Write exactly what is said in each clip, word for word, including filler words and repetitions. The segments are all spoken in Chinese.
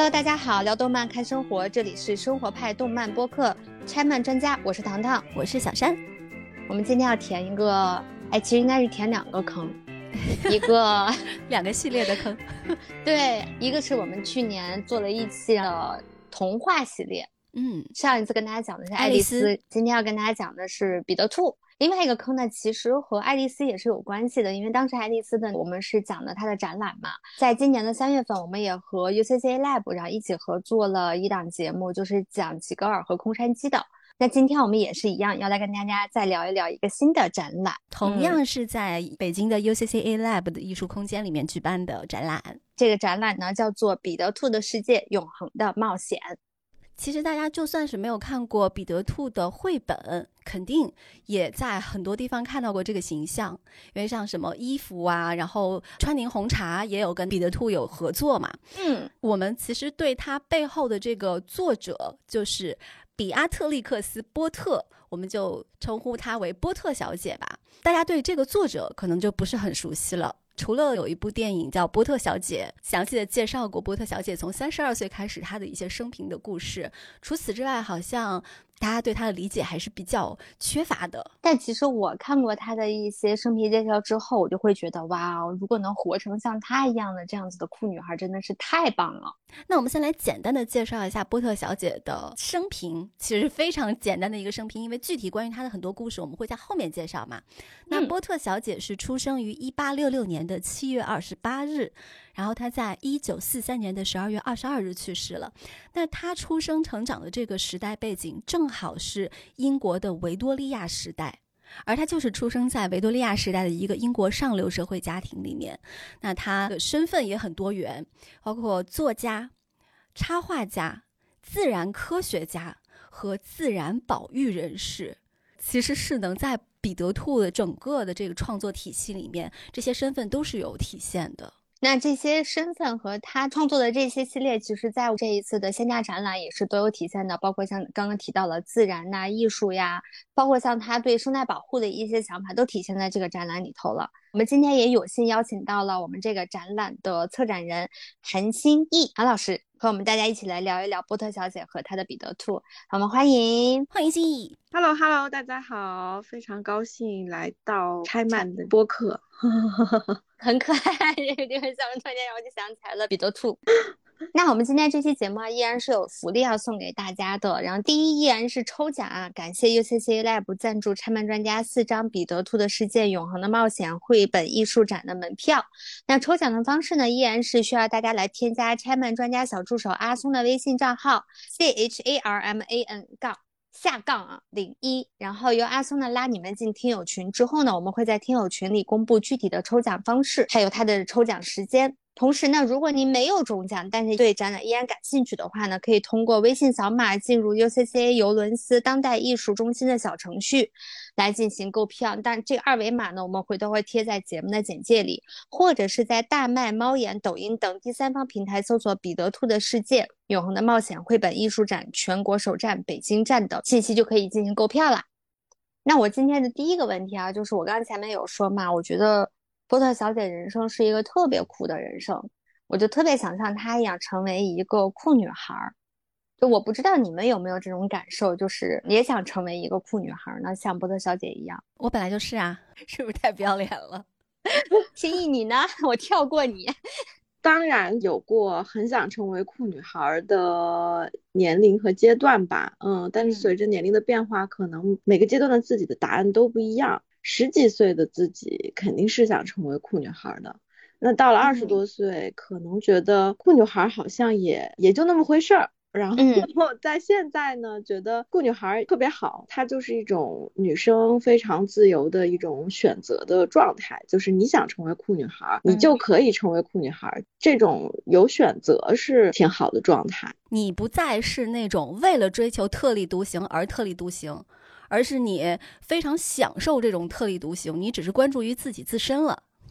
Hello， 大家好，聊动漫看生活，这里是生活派动漫播客拆漫专家，我是糖糖， 我是小山。 我们今天要填一个，哎，其实应该是填两个坑，一个两个系列的坑。 对，一个是我们去年做了一期的童话系列， 嗯， 上一次跟大家讲的是爱丽丝，爱丽丝今天要跟大家讲的是彼得兔。另外一个坑呢，其实和爱丽丝也是有关系的，因为当时爱丽丝呢，我们是讲的她的展览嘛，在今年的三月份，我们也和 U C C A Lab 然后一起合作了一档节目，就是讲吉格尔和空山鸡的。那今天我们也是一样，要来跟大家再聊一聊一个新的展览， 同样是在北京的 U C C A Lab 的艺术空间里面举办的展览。 这个展览呢，叫做《彼得兔的世界：永恒的冒险》。 其实大家就算是没有看过彼得兔的绘本，肯定也在很多地方看到过这个形象，因为像什么衣服啊，然后川宁红茶也有跟彼得兔有合作嘛。 嗯， 我们其实对他背后的这个作者就是比阿特利克斯波特，我们就称呼她为波特小姐吧。大家对这个作者可能就不是很熟悉了，除了有一部电影叫《波特小姐》，详细的介绍过波特小姐从三十二岁开始她的一些生平的故事，除此之外好像大家对她的理解还是比较缺乏的。 但其实我看过她的一些生平介绍之后，我就会觉得哇，如果能活成像她一样的这样子的酷女孩，真的是太棒了。 那我们先来简单的介绍一下波特小姐的生平，其实非常简单的一个生平，因为具体关于她的很多故事我们会在后面介绍嘛。那波特小姐是出生于一八六六年的七月二十八日，然后她在一九四三年的十二月二十二日去世了。那她出生成长的这个时代背景正好是英国的维多利亚时代，而他就是出生在维多利亚时代的一个英国上流社会家庭里面。那他的身份也很多元，包括作家、插画家、自然科学家和自然保育人士，其实是能在彼得兔的整个的这个创作体系里面，这些身份都是有体现的。 那这些身份和他创作的这些系列，其实在这一次的线下展览也是都有体现的，包括像刚刚提到了自然呐、艺术呀，包括像他对生态保护的一些想法都体现在这个展览里头了。我们今天也有幸邀请到了我们这个展览的策展人韩新义韩老师，和我们大家一起来聊一聊波特小姐和她的彼得兔。我们欢迎欢迎新义。 Hello Hello 大家好，非常高兴来到拆漫的播客。 很可爱，这个地方突然间让我就想起来了彼得兔。那我们今天这期节目啊，依然是有福利要送给大家的。然后第一依然是抽奖啊，感谢 U C C A Lab 赞助拆漫专家四张彼得兔的世界永恒的冒险绘本艺术展的门票。那抽奖的方式呢，依然是需要大家来添加拆漫专家小助手阿松的微信账号 C H A R M A N 杠下杠啊零一，然后由阿松呢拉你们进听友群之后呢，我们会在听友群里公布具体的抽奖方式，还有它的抽奖时间。同时呢，如果您没有中奖，但是对展览依然感兴趣的话呢，可以通过微信扫码进入 U C C A 尤伦斯当代艺术中心的小程序来进行购票。但这个二维码呢，我们回头会贴在节目的简介里，或者是在大麦、猫眼、抖音等第三方平台搜索彼得兔的世界永恒的冒险绘本艺术展全国首站北京站的信息就可以进行购票了。那我今天的第一个问题啊，就是我刚刚前面有说嘛，我觉得波特小姐人生是一个特别酷的人生，我就特别想像她一样成为一个酷女孩。就我不知道你们有没有这种感受，就是也想成为一个酷女孩呢，像波特小姐一样。 我本来就是啊，是不是太不要脸了？ 心意你呢？我跳过你。 当然有过很想成为酷女孩的年龄和阶段吧，嗯，但是随着年龄的变化，可能每个阶段的自己的答案都不一样。十几岁的自己肯定是想成为酷女孩的，那到了二十多岁、嗯、可能觉得酷女孩好像也也就那么回事儿。然后在现在呢、嗯、觉得酷女孩特别好，它就是一种女生非常自由的一种选择的状态，就是你想成为酷女孩、嗯、你就可以成为酷女孩，这种有选择是挺好的状态。 你不再是那种为了追求特立独行而特立独行，而是你非常享受这种特立独行，你只是关注于自己自身了。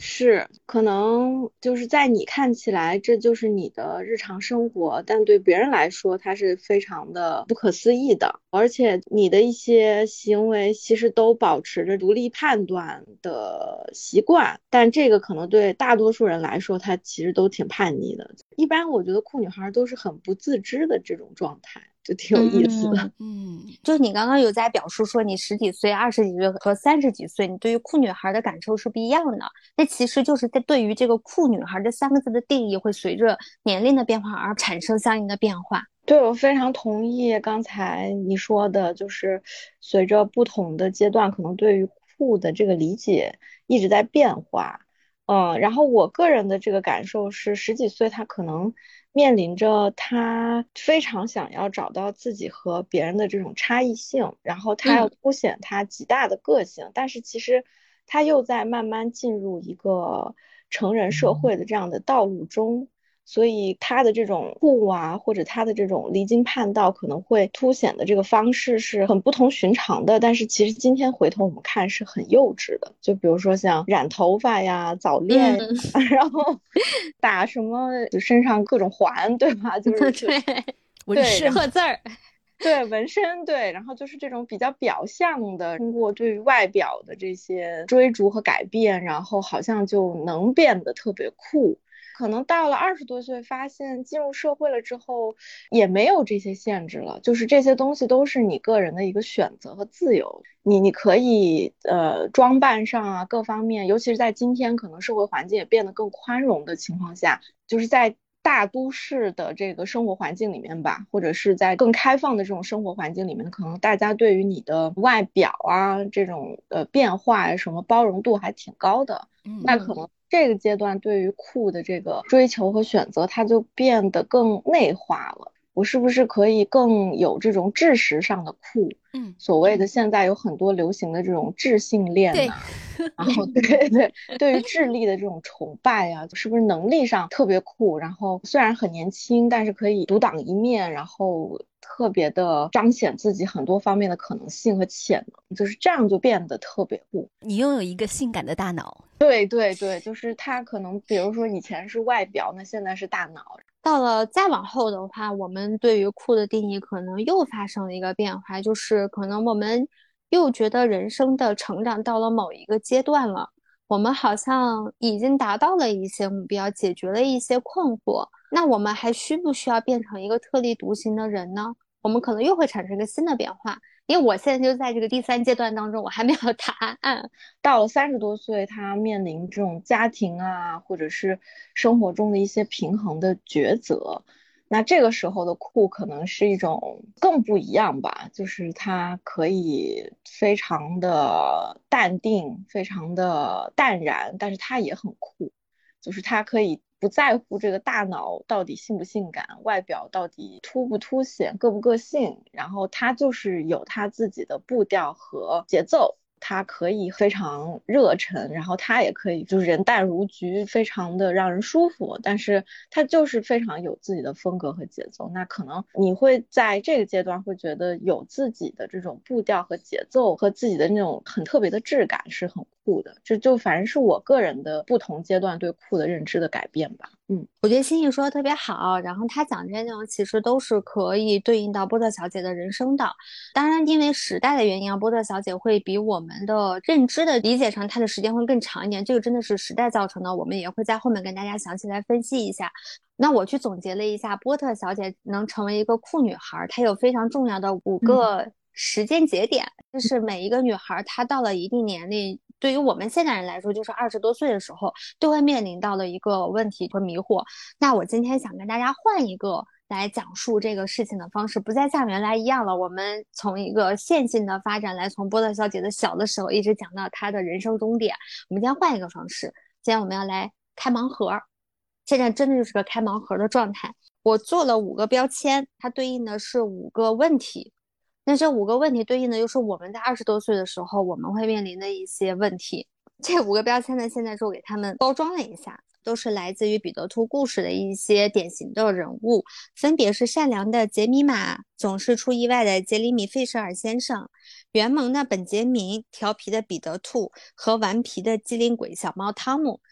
是，可能就是在你看起来这就是你的日常生活，但对别人来说它是非常的不可思议的，而且你的一些行为其实都保持着独立判断的习惯，但这个可能对大多数人来说，他其实都挺叛逆的。一般我觉得酷女孩都是很不自知的这种状态。就挺有意思的。 嗯， 就你刚刚有在表述说你十几岁、二十几岁和三十几岁，你对于酷女孩的感受是不一样的。那其实就是在对于这个酷女孩这三个字的定义会随着年龄的变化而产生相应的变化。 对，我非常同意刚才你说的，就是随着不同的阶段，可能对于酷的这个理解一直在变化。嗯，然后我个人的这个感受是，十几岁他可能面临着他非常想要找到自己和别人的这种差异性，然后他要凸显他极大的个性，嗯、但是其实他又在慢慢进入一个成人社会的这样的道路中。所以他的这种酷啊，或者他的这种离经叛道，可能会凸显的这个方式是很不同寻常的。但是其实今天回头我们看是很幼稚的，就比如说像染头发呀、早恋呀，嗯、然后打什么身上各种环，对吧？就是对纹身、 刻字儿。 对纹身，对，然后就是这种比较表象的，通过对于外表的这些追逐和改变，然后好像就能变得特别酷。可能到了二十多岁，发现进入社会了之后，也没有这些限制了，就是这些东西都是你个人的一个选择和自由。你你可以呃装扮上啊各方面，尤其是在今天可能社会环境也变得更宽容的情况下，就是在大都市的这个生活环境里面吧，或者是在更开放的这种生活环境里面，可能大家对于你的外表啊这种呃变化呀什么包容度还挺高的。嗯，那可能这个阶段对于酷的这个追求和选择，它就变得更内化了。我是不是可以更有这种知识上的酷？嗯，所谓的现在有很多流行的这种智性恋呐、啊，然后对对，对于智力的这种崇拜啊，是不是能力上特别酷？然后虽然很年轻，但是可以独当一面，然后特别的彰显自己很多方面的可能性和潜能，就是这样就变得特别酷。 你拥有一个性感的大脑。 对对对，就是他可能，比如说以前是外表，那现在是大脑。 到了再往后的话，我们对于酷的定义可能又发生了一个变化，就是可能我们又觉得人生的成长到了某一个阶段了，我们好像已经达到了一些目标，解决了一些困惑，那我们还需不需要变成一个特立独行的人呢？我们可能又会产生一个新的变化。因为我现在就在这个第三阶段当中，我还没有答案。 到了三十多岁，他面临这种家庭啊，或者是生活中的一些平衡的抉择，那这个时候的酷可能是一种更不一样吧，就是他可以非常的淡定，非常的淡然，但是他也很酷，就是他可以不在乎这个大脑到底性不性感，外表到底凸不凸显，个不个性，然后他就是有他自己的步调和节奏。他可以非常热忱，然后他也可以就是人淡如菊，非常的让人舒服，但是他就是非常有自己的风格和节奏。那可能你会在这个阶段会觉得有自己的这种步调和节奏和自己的那种很特别的质感是很酷的。这就反正是我个人的不同阶段对酷的认知的改变吧。嗯， 我觉得心怡说的特别好，然后他讲这些内容其实都是可以对应到波特小姐的人生的。当然因为时代的原因啊，波特小姐会比我们的认知的理解上她的时间会更长一点，这个真的是时代造成的，我们也会在后面跟大家详细来分析一下。那我去总结了一下波特小姐能成为一个酷女孩，她有非常重要的五个时间节点，这、嗯、是每一个女孩她到了一定年龄，对于我们现代人来说就是二十多岁的时候都会面临到的一个问题和迷惑。那我今天想跟大家换一个来讲述这个事情的方式，不再像原来一样了，我们从一个线性的发展来，从波特小姐的小的时候一直讲到她的人生终点。我们今天换一个方式，今天我们要来开盲盒，现在真的就是个开盲盒的状态。我做了五个标签，它对应的是五个问题，那这五个问题对应的又是我们在二十多岁的时候我们会面临的一些问题。这五个标签呢，现在是我给他们包装了一下，都是来自于彼得兔故事的一些典型的人物，分别是善良的杰米玛，总是出意外的杰里米费舍尔先生，圆萌的本杰明，调皮的彼得兔和顽皮的机灵鬼小猫汤姆。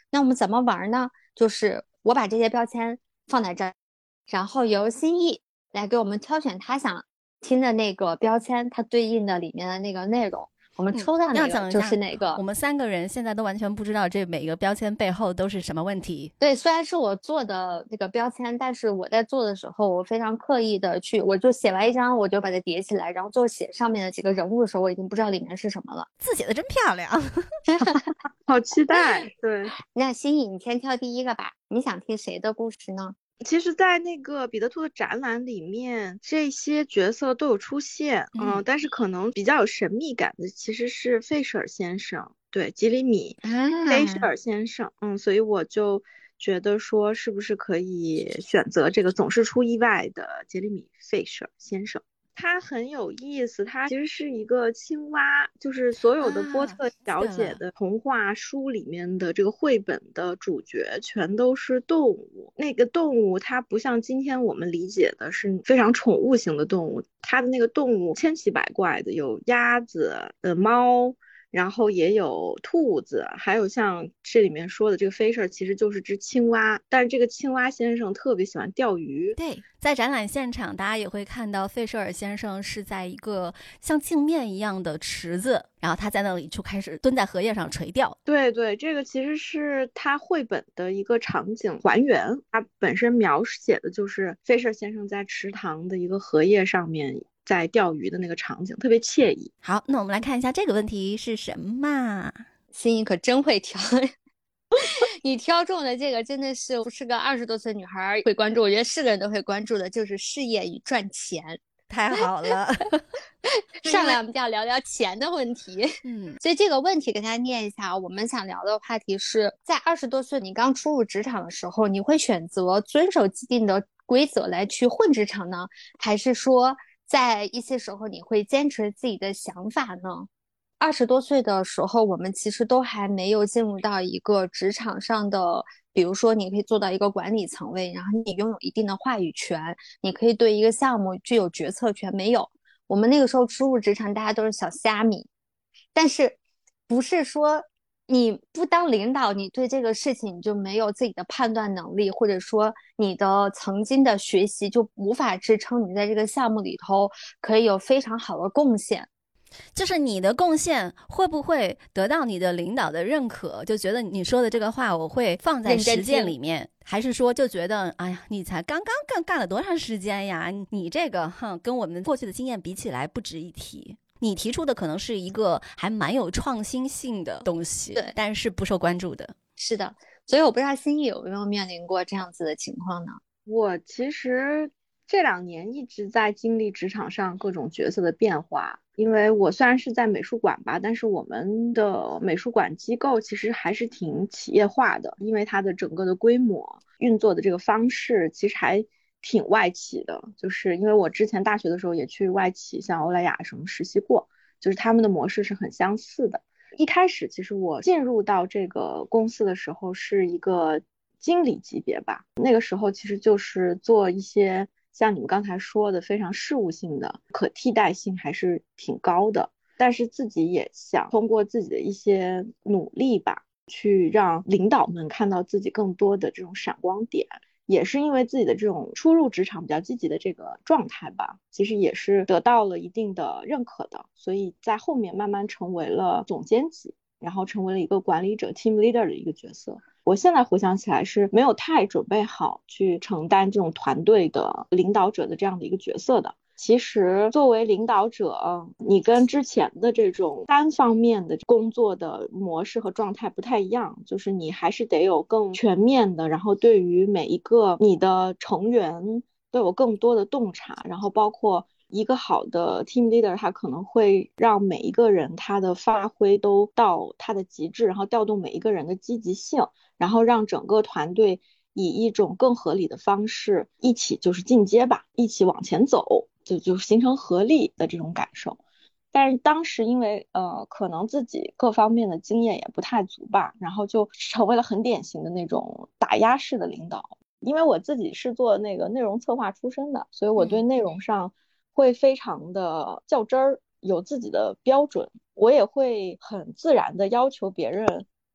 那我们怎么玩呢？就是我把这些标签放在这儿，然后由心意来给我们挑选他想听的那个标签，它对应的里面的那个内容。我们抽到哪个就是哪个、 嗯、我们三个人现在都完全不知道这每个标签背后都是什么问题。 对，虽然是我做的这个标签，但是我在做的时候我非常刻意的去，我就写完一张我就把它叠起来，然后最后写上面的几个人物的时候我已经不知道里面是什么了。 字写的真漂亮好期待。对， 那心怡你先挑第一个吧，你想听谁的故事呢？ 其实在那个彼得兔的展览里面，这些角色都有出现，嗯、呃，但是可能比较有神秘感的其实是费舍尔先生，对，吉里米费舍尔先生，嗯，所以我就觉得说是不是可以选择这个总是出意外的杰里米费舍尔先生。他很有意思，他其实是一个青蛙，就是所有的波特小姐的童话书里面的这个绘本的主角全都是动物。那个动物它不像今天我们理解的是非常宠物型的动物，它的那个动物千奇百怪的，有鸭子、呃猫，然后也有兔子，还有像这里面说的这个菲舍其实就是只青蛙，但是这个青蛙先生特别喜欢钓鱼。 对，在展览现场大家也会看到费舍尔先生是在一个像镜面一样的池子，然后他在那里就开始蹲在荷叶上垂钓。 对对，这个其实是他绘本的一个场景还原，他本身描写的就是费舍尔先生在池塘的一个荷叶上面在钓鱼的那个场景，特别惬意。 好，那我们来看一下这个问题是什么。 心怡可真会挑你挑中的这个真的是是个二十多岁女孩会关注，我觉得是个人都会关注的，就是事业与赚钱。 太好了上来我们就要聊聊钱的问题。 嗯， 所以这个问题给大家念一下，我们想聊的话题是在二十多岁你刚初入职场的时候，你会选择遵守既定的规则来去混职场呢，还是说在一些时候你会坚持自己的想法呢？二十多岁的时候，我们其实都还没有进入到一个职场上的，比如说你可以做到一个管理层位，然后你拥有一定的话语权，你可以对一个项目具有决策权。没有，我们那个时候初入职场，大家都是小虾米。但是不是说你不当领导，你对这个事情你就没有自己的判断能力，或者说你的曾经的学习就无法支撑你在这个项目里头可以有非常好的贡献。 就是你的贡献会不会得到你的领导的认可，就觉得你说的这个话我会放在实践里面，还是说就觉得哎呀你才刚刚干干了多长时间呀，你这个哼跟我们过去的经验比起来不值一提，你提出的可能是一个还蛮有创新性的东西， 对， 但是不受关注的。 是的，所以我不知道心怡有没有面临过这样子的情况呢？ 我其实这两年一直在经历职场上各种角色的变化，因为我虽然是在美术馆吧，但是我们的美术馆机构其实还是挺企业化的，因为它的整个的规模运作的这个方式其实还挺外企的，就是因为我之前大学的时候也去外企像欧莱雅什么实习过，就是他们的模式是很相似的。一开始其实我进入到这个公司的时候是一个经理级别吧，那个时候其实就是做一些像你们刚才说的非常事务性的，可替代性还是挺高的，但是自己也想通过自己的一些努力吧，去让领导们看到自己更多的这种闪光点，也是因为自己的这种初入职场比较积极的这个状态吧，其实也是得到了一定的认可的，所以在后面慢慢成为了总监级，然后成为了一个管理者 team leader 的一个角色。我现在回想起来是没有太准备好去承担这种团队的领导者的这样的一个角色的。其实作为领导者，你跟之前的这种单方面的工作的模式和状态不太一样，就是你还是得有更全面的，然后对于每一个你的成员都有更多的洞察，然后包括一个好的 team leader 他可能会让每一个人他的发挥都到他的极致，然后调动每一个人的积极性，然后让整个团队以一种更合理的方式一起就是进阶吧，一起往前走，就就形成合力的这种感受。但是当时因为呃可能自己各方面的经验也不太足吧，然后就成为了很典型的那种打压式的领导。因为我自己是做那个内容策划出身的，所以我对内容上会非常的较真儿，有自己的标准，我也会很自然的要求别人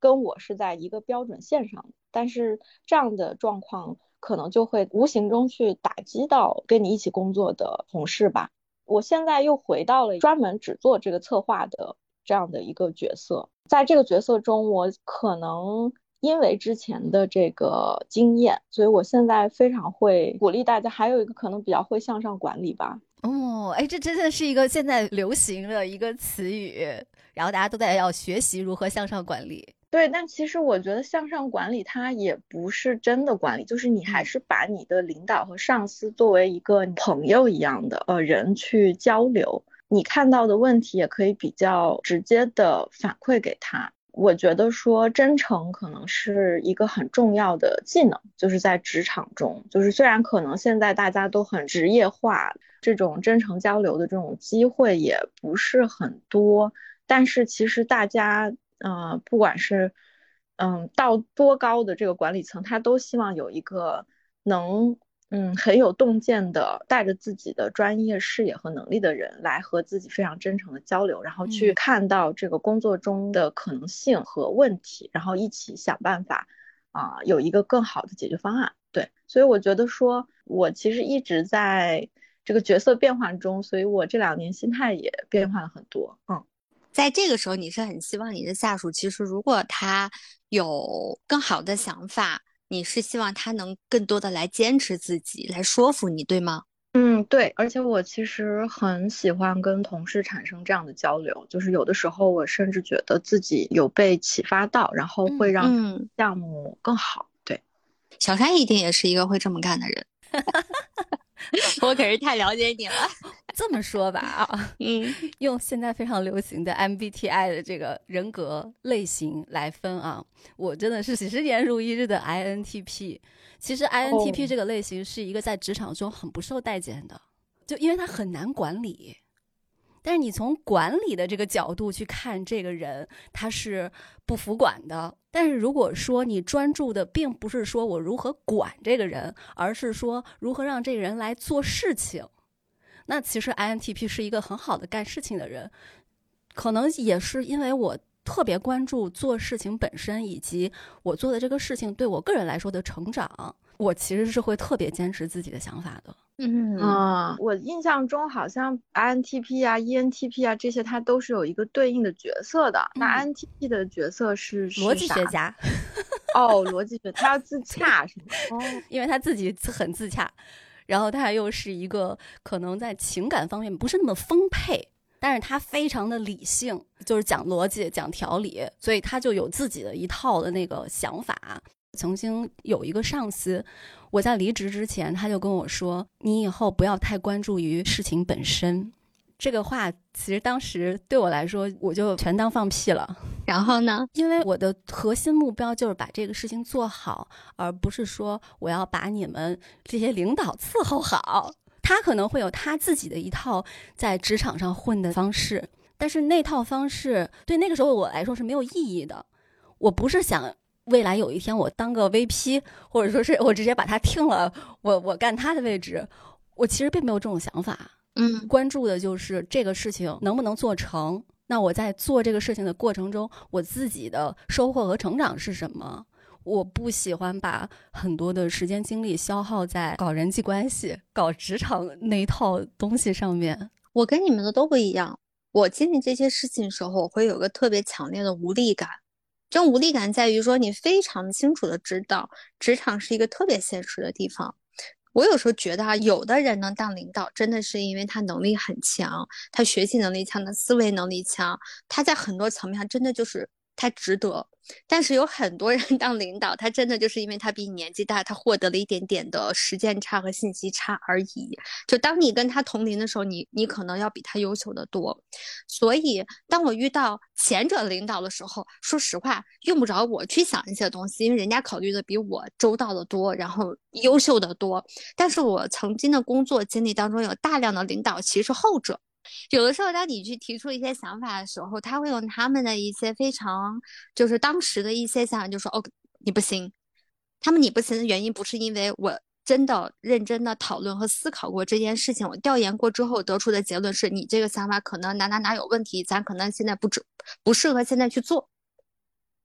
跟我是在一个标准线上的，但是这样的状况可能就会无形中去打击到跟你一起工作的同事吧。我现在又回到了专门只做这个策划的这样的一个角色，在这个角色中，我可能因为之前的这个经验，所以我现在非常会鼓励大家，还有一个可能比较会向上管理吧。 哦，哎，这真的是一个现在流行的一个词语，然后大家都在要学习如何向上管理。 对，但其实我觉得向上管理它也不是真的管理，就是你还是把你的领导和上司作为一个朋友一样的呃人去交流，你看到的问题也可以比较直接的反馈给他。我觉得说真诚可能是一个很重要的技能，就是在职场中，就是虽然可能现在大家都很职业化，这种真诚交流的这种机会也不是很多，但是其实大家呃，不管是嗯到多高的这个管理层，他都希望有一个能嗯很有洞见的带着自己的专业视野和能力的人来和自己非常真诚的交流，然后去看到这个工作中的可能性和问题，然后一起想办法啊、呃、有一个更好的解决方案。对，所以我觉得说我其实一直在这个角色变换中，所以我这两年心态也变化了很多。嗯。 在这个时候，你是很希望你的下属，其实如果他有更好的想法，你是希望他能更多的来坚持自己，来说服你，对吗？ 嗯，对，而且我其实很喜欢跟同事产生这样的交流，就是有的时候我甚至觉得自己有被启发到，然后会让项目更好。嗯、对， 小山一定也是一个会这么干的人。我可是太了解你了。 这么说吧啊， 嗯， 用现在非常流行的 M B T I 的这个人格类型来分啊，我真的是几十年如一日的 I N T P。其实 I N T P 这个类型是一个在职场中很不受待见的，就因为它很难管理。但是你从管理的这个角度去看这个人，他是不服管的。但是如果说你专注的并不是说我如何管这个人，而是说如何让这个人来做事情，那其实 I N T P 是一个很好的干事情的人。可能也是因为我特别关注做事情本身，以及我做的这个事情对我个人来说的成长，我其实是会特别坚持自己的想法的。 嗯啊，我印象中好像 I N T P 啊 E N T P 啊这些它都是有一个对应的角色的。嗯、那 I N T P 的角色是逻辑学家。 哦，逻辑学，他要自洽是吗？哦， 因为他自己很自洽，然后他又是一个可能在情感方面不是那么丰沛，但是他非常的理性，就是讲逻辑讲条理，所以他就有自己的一套的那个想法。曾经有一个上司，我在离职之前他就跟我说，你以后不要太关注于事情本身。这个话其实当时对我来说我就全当放屁了。 然后呢， 因为我的核心目标就是把这个事情做好，而不是说我要把你们这些领导伺候好。他可能会有他自己的一套在职场上混的方式，但是那套方式对那个时候我来说是没有意义的。我不是想未来有一天我当个 V P， 或者说是我直接把他听了，我我干他的位置，我其实并没有这种想法。 嗯， 关注的就是这个事情能不能做成，那我在做这个事情的过程中，我自己的收获和成长是什么。我不喜欢把很多的时间精力消耗在搞人际关系搞职场那一套东西上面。 我跟你们的都不一样，我经历这些事情的时候，我会有个特别强烈的无力感。这种无力感在于说，你非常清楚的知道职场是一个特别现实的地方。我有时候觉得啊，有的人能当领导，真的是因为他能力很强，他学习能力强，他思维能力强，他在很多层面上真的就是他值得。但是有很多人当领导，他真的就是因为他比你年纪大，他获得了一点点的时间差和信息差而已。就当你跟他同龄的时候，你你可能要比他优秀的多。所以当我遇到前者领导的时候，说实话用不着我去想一些东西，因为人家考虑的比我周到的多，然后优秀的多。但是我曾经的工作经历当中有大量的领导其实是后者。有的时候当你去提出一些想法的时候，他会用他们的一些非常就是当时的一些想法，就说哦你不行。他们你不行的原因不是因为我真的认真的讨论和思考过这件事情，我调研过之后得出的结论是你这个想法可能哪哪哪有问题，咱可能现在不不适合现在去做。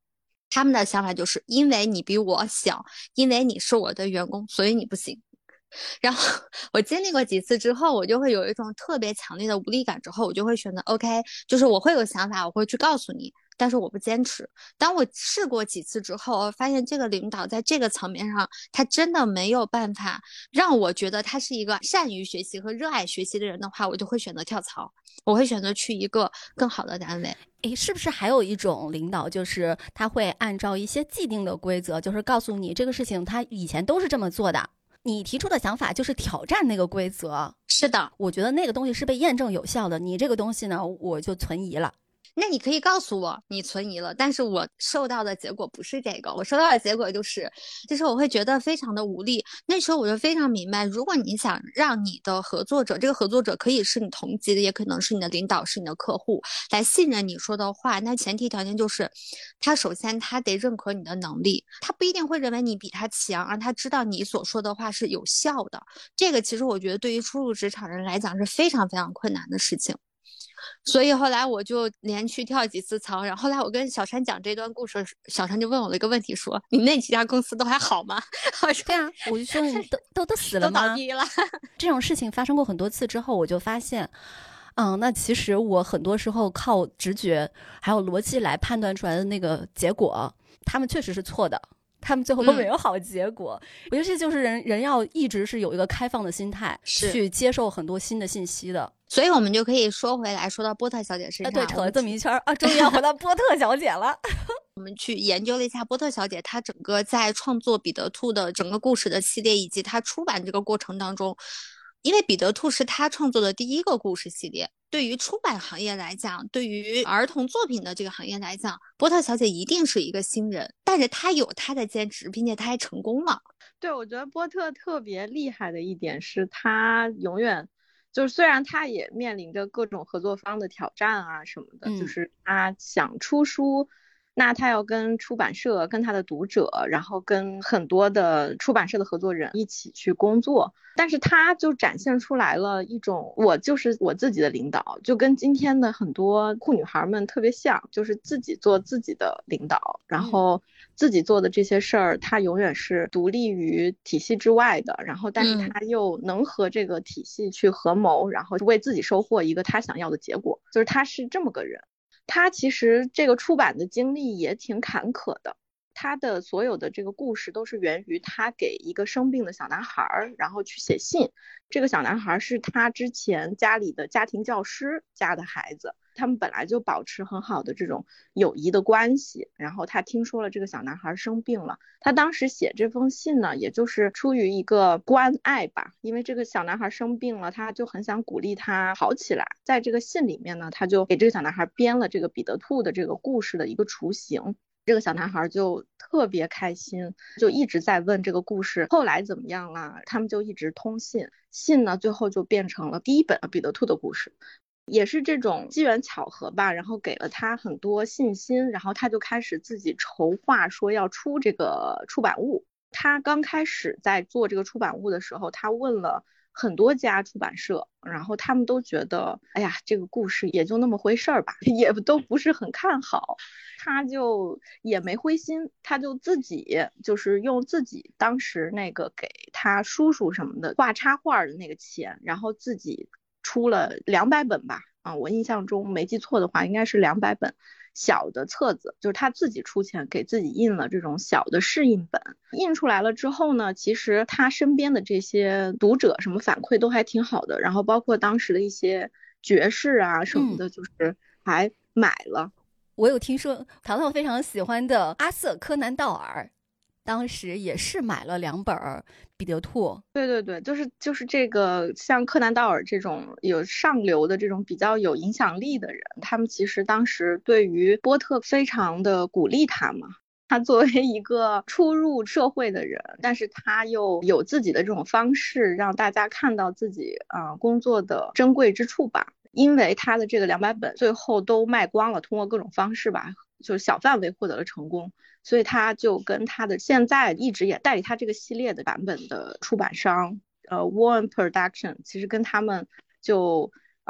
他们的想法就是因为你比我小，因为你是我的员工，所以你不行。然后我经历过几次之后，我就会有一种特别强烈的无力感，之后我就会选择 OK， 就是我会有想法，我会去告诉你，但是我不坚持。当我试过几次之后，我发现这个领导在这个层面上，他真的没有办法让我觉得他是一个善于学习和热爱学习的人的话，我就会选择跳槽，我会选择去一个更好的单位。 诶，是不是还有一种领导，就是他会按照一些既定的规则，就是告诉你这个事情他以前都是这么做的，你提出的想法就是挑战那个规则。 是的， 我觉得那个东西是被验证有效的，你这个东西呢，我就存疑了。 那你可以告诉我你存疑了，但是我受到的结果不是这个，我受到的结果就是就是我会觉得非常的无力。那时候我就非常明白，如果你想让你的合作者，这个合作者可以是你同级的，也可能是你的领导，是你的客户，来信任你说的话，那前提条件就是他首先他得认可你的能力，他不一定会认为你比他强，而他知道你所说的话是有效的。这个其实我觉得对于初入职场人来讲是非常非常困难的事情。所以后来我就连续跳几次槽，然后后来我跟小山讲这段故事，小山就问我了一个问题，说你那几家公司都还好吗？我说对啊，我就说你都都都死了吗？ 都倒闭了。 这种事情发生过很多次之后，我就发现嗯，那其实我很多时候靠直觉还有逻辑来判断出来的那个结果，他们确实是错的，他们最后都没有好结果。嗯、我觉得这就是人人要一直是有一个开放的心态，去接受很多新的信息的。 所以我们就可以说回来，说到波特小姐身上， 对，扯了这么一圈啊，终于要回到波特小姐了。 我们去研究了一下波特小姐她整个在创作彼得兔的整个故事的系列，以及她出版这个过程当中，因为彼得兔是她创作的第一个故事系列，对于出版行业来讲，对于儿童作品的这个行业来讲，波特小姐一定是一个新人，但是她有她的坚持，并且她还成功了。 对，我觉得波特特别厉害的一点是她永远就是虽然他也面临着各种合作方的挑战啊什么的、嗯、就是他想出书，那他要跟出版社跟他的读者然后跟很多的出版社的合作人一起去工作，但是他就展现出来了一种我就是我自己的领导，就跟今天的很多酷女孩们特别像，就是自己做自己的领导，然后自己做的这些事儿他永远是独立于体系之外的，然后但是他又能和这个体系去合谋，然后为自己收获一个他想要的结果，就是他是这么个人。他其实这个出版的经历也挺坎坷的，他的所有的这个故事都是源于他给一个生病的小男孩然后去写信，这个小男孩是他之前家里的家庭教师家的孩子，他们本来就保持很好的这种友谊的关系，然后他听说了这个小男孩生病了，他当时写这封信呢也就是出于一个关爱吧，因为这个小男孩生病了，他就很想鼓励他好起来，在这个信里面呢他就给这个小男孩编了这个彼得兔的这个故事的一个雏形，这个小男孩就特别开心，就一直在问这个故事后来怎么样了，他们就一直通信，信呢最后就变成了第一本彼得兔的故事，也是这种机缘巧合吧，然后给了他很多信心，然后他就开始自己筹划说要出这个出版物。他刚开始在做这个出版物的时候，他问了很多家出版社，然后他们都觉得哎呀这个故事也就那么回事儿吧，也都不是很看好，他就也没灰心，他就自己就是用自己当时那个给他叔叔什么的画插画的那个钱，然后自己出了两百本吧，啊，我印象中没记错的话应该是两百本小的册子，就是他自己出钱给自己印了这种小的试印本，印出来了之后呢，其实他身边的这些读者什么反馈都还挺好的，然后包括当时的一些爵士啊什么的、嗯、就是还买了。 我有听说淘淘非常喜欢的阿瑟柯南道尔当时也是买了两本彼得兔。 对对对，就是就是这个像柯南道尔这种有上流的这种比较有影响力的人，他们其实当时对于波特非常的鼓励他嘛，他作为一个初入社会的人，但是他又有自己的这种方式让大家看到自己啊、呃、工作的珍贵之处吧，因为他的这个两百本最后都卖光了，通过各种方式吧就是小范围获得了成功，所以他就跟他的现在一直也代理他这个系列的版本的出版商呃 Warren Production 其实跟他们就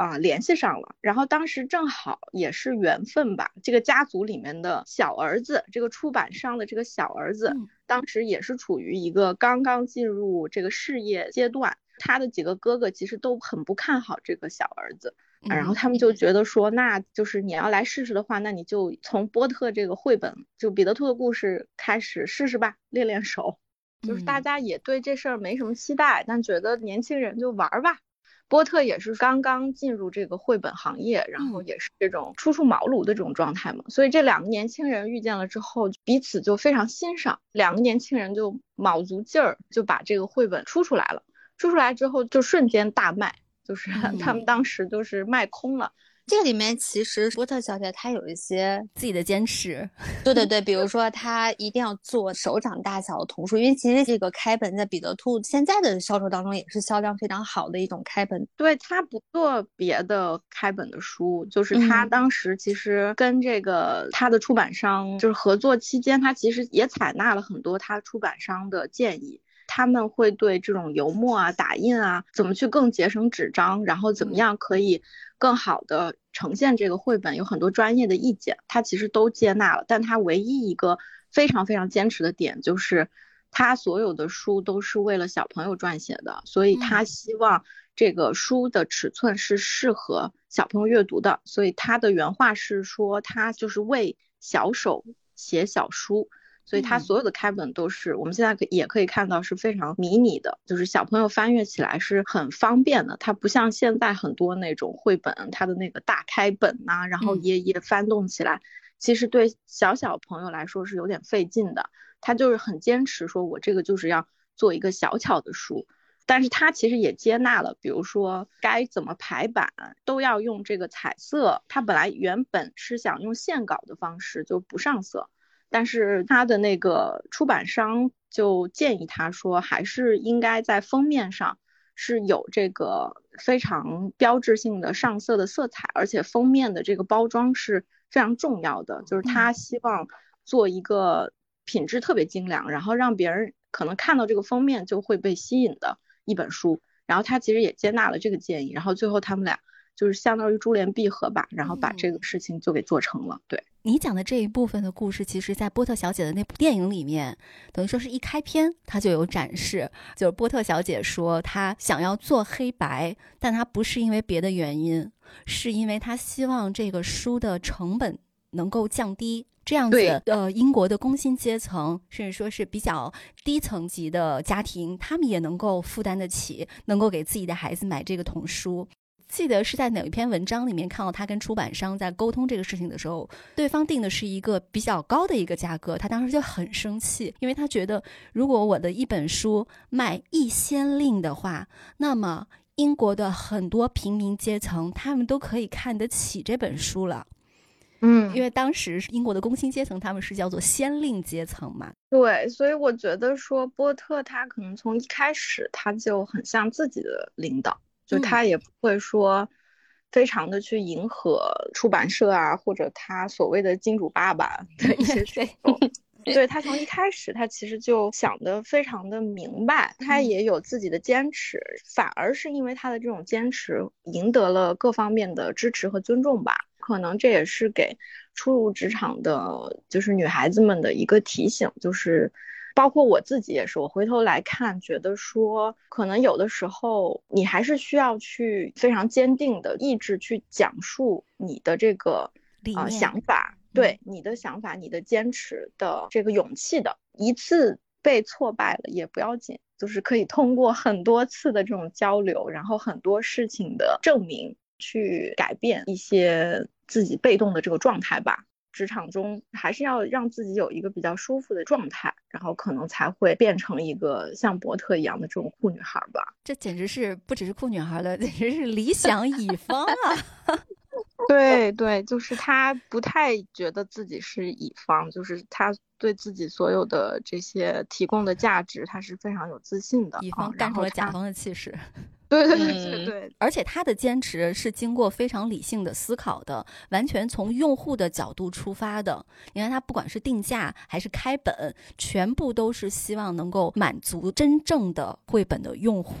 啊、呃、联系上了，然后当时正好也是缘分吧，这个家族里面的小儿子，这个出版商的这个小儿子、嗯、当时也是处于一个刚刚进入这个事业阶段，他的几个哥哥其实都很不看好这个小儿子，然后他们就觉得说，那就是你要来试试的话，那你就从波特这个绘本，就彼得兔的故事开始试试吧，练练手。就是大家也对这事儿没什么期待，但觉得年轻人就玩吧。波特也是刚刚进入这个绘本行业，然后也是这种初出茅庐的这种状态嘛，所以这两个年轻人遇见了之后，彼此就非常欣赏，两个年轻人就卯足劲儿就把这个绘本出出来了，出出来之后就瞬间大卖，就是他们当时就是卖空了。 这个里面其实波特小姐她有一些自己的坚持， 对对对，比如说她一定要做手掌大小的童书，因为其实这个开本在彼得兔现在的销售当中也是销量非常好的一种开本。 对，她不做别的开本的书，就是她当时其实跟这个她的出版商就是合作期间，她其实也采纳了很多她出版商的建议，他们会对这种油墨啊、打印啊，怎么去更节省纸张，然后怎么样可以更好的呈现这个绘本，有很多专业的意见，他其实都接纳了。但他唯一一个非常非常坚持的点就是，他所有的书都是为了小朋友撰写的，所以他希望这个书的尺寸是适合小朋友阅读的。所以他的原话是说，他就是为小手写小书。所以它所有的开本都是、嗯、我们现在也可以看到是非常迷你的，就是小朋友翻阅起来是很方便的，它不像现在很多那种绘本它的那个大开本啊，然后页页翻动起来、嗯、其实对小小朋友来说是有点费劲的，他就是很坚持说我这个就是要做一个小巧的书，但是他其实也接纳了比如说该怎么排版都要用这个彩色，他本来原本是想用线稿的方式就不上色，但是他的那个出版商就建议他说还是应该在封面上是有这个非常标志性的上色的色彩，而且封面的这个包装是非常重要的，就是他希望做一个品质特别精良，然后让别人可能看到这个封面就会被吸引的一本书，然后他其实也接纳了这个建议，然后最后他们俩就是相当于珠联璧合吧，然后把这个事情就给做成了。对， 你讲的这一部分的故事，其实在波特小姐的那部电影里面，等于说是一开篇她就有展示，就是波特小姐说她想要做黑白，但她不是因为别的原因，是因为她希望这个书的成本能够降低，这样子呃，英国的工薪阶层甚至说是比较低层级的家庭，他们也能够负担得起，能够给自己的孩子买这个童书。记得是在哪一篇文章里面看到他跟出版商在沟通这个事情的时候，对方定的是一个比较高的一个价格，他当时就很生气，因为他觉得如果我的一本书卖一先令的话，那么英国的很多平民阶层他们都可以看得起这本书了。嗯，因为当时英国的工薪阶层他们是叫做先令阶层嘛。 对，所以我觉得说波特他可能从一开始他就很像自己的领导，就他也不会说非常的去迎合出版社啊，或者他所谓的金主爸爸的一些需求。对，他从一开始他其实就想得非常的明白，他也有自己的坚持，反而是因为他的这种坚持赢得了各方面的支持和尊重吧。可能这也是给初入职场的就是女孩子们的一个提醒，就是包括我自己也是，我回头来看觉得说可能有的时候你还是需要去非常坚定的意志去讲述你的这个呃想法，对你的想法，你的坚持的这个勇气的，一次被挫败了也不要紧，就是可以通过很多次的这种交流，然后很多事情的证明去改变一些自己被动的这个状态吧。职场中还是要让自己有一个比较舒服的状态，然后可能才会变成一个像伯特一样的这种酷女孩吧。 这简直是不只是酷女孩了，简直是理想乙方啊。 对对，就是他不太觉得自己是乙方，就是他对自己所有的这些提供的价值他是非常有自信的。 乙方干出了甲方的气势。 对对对对对、嗯， 而且他的坚持是经过非常理性的思考的，完全从用户的角度出发的。你看他不管是定价还是开本，全部都是希望能够满足真正的绘本的用户，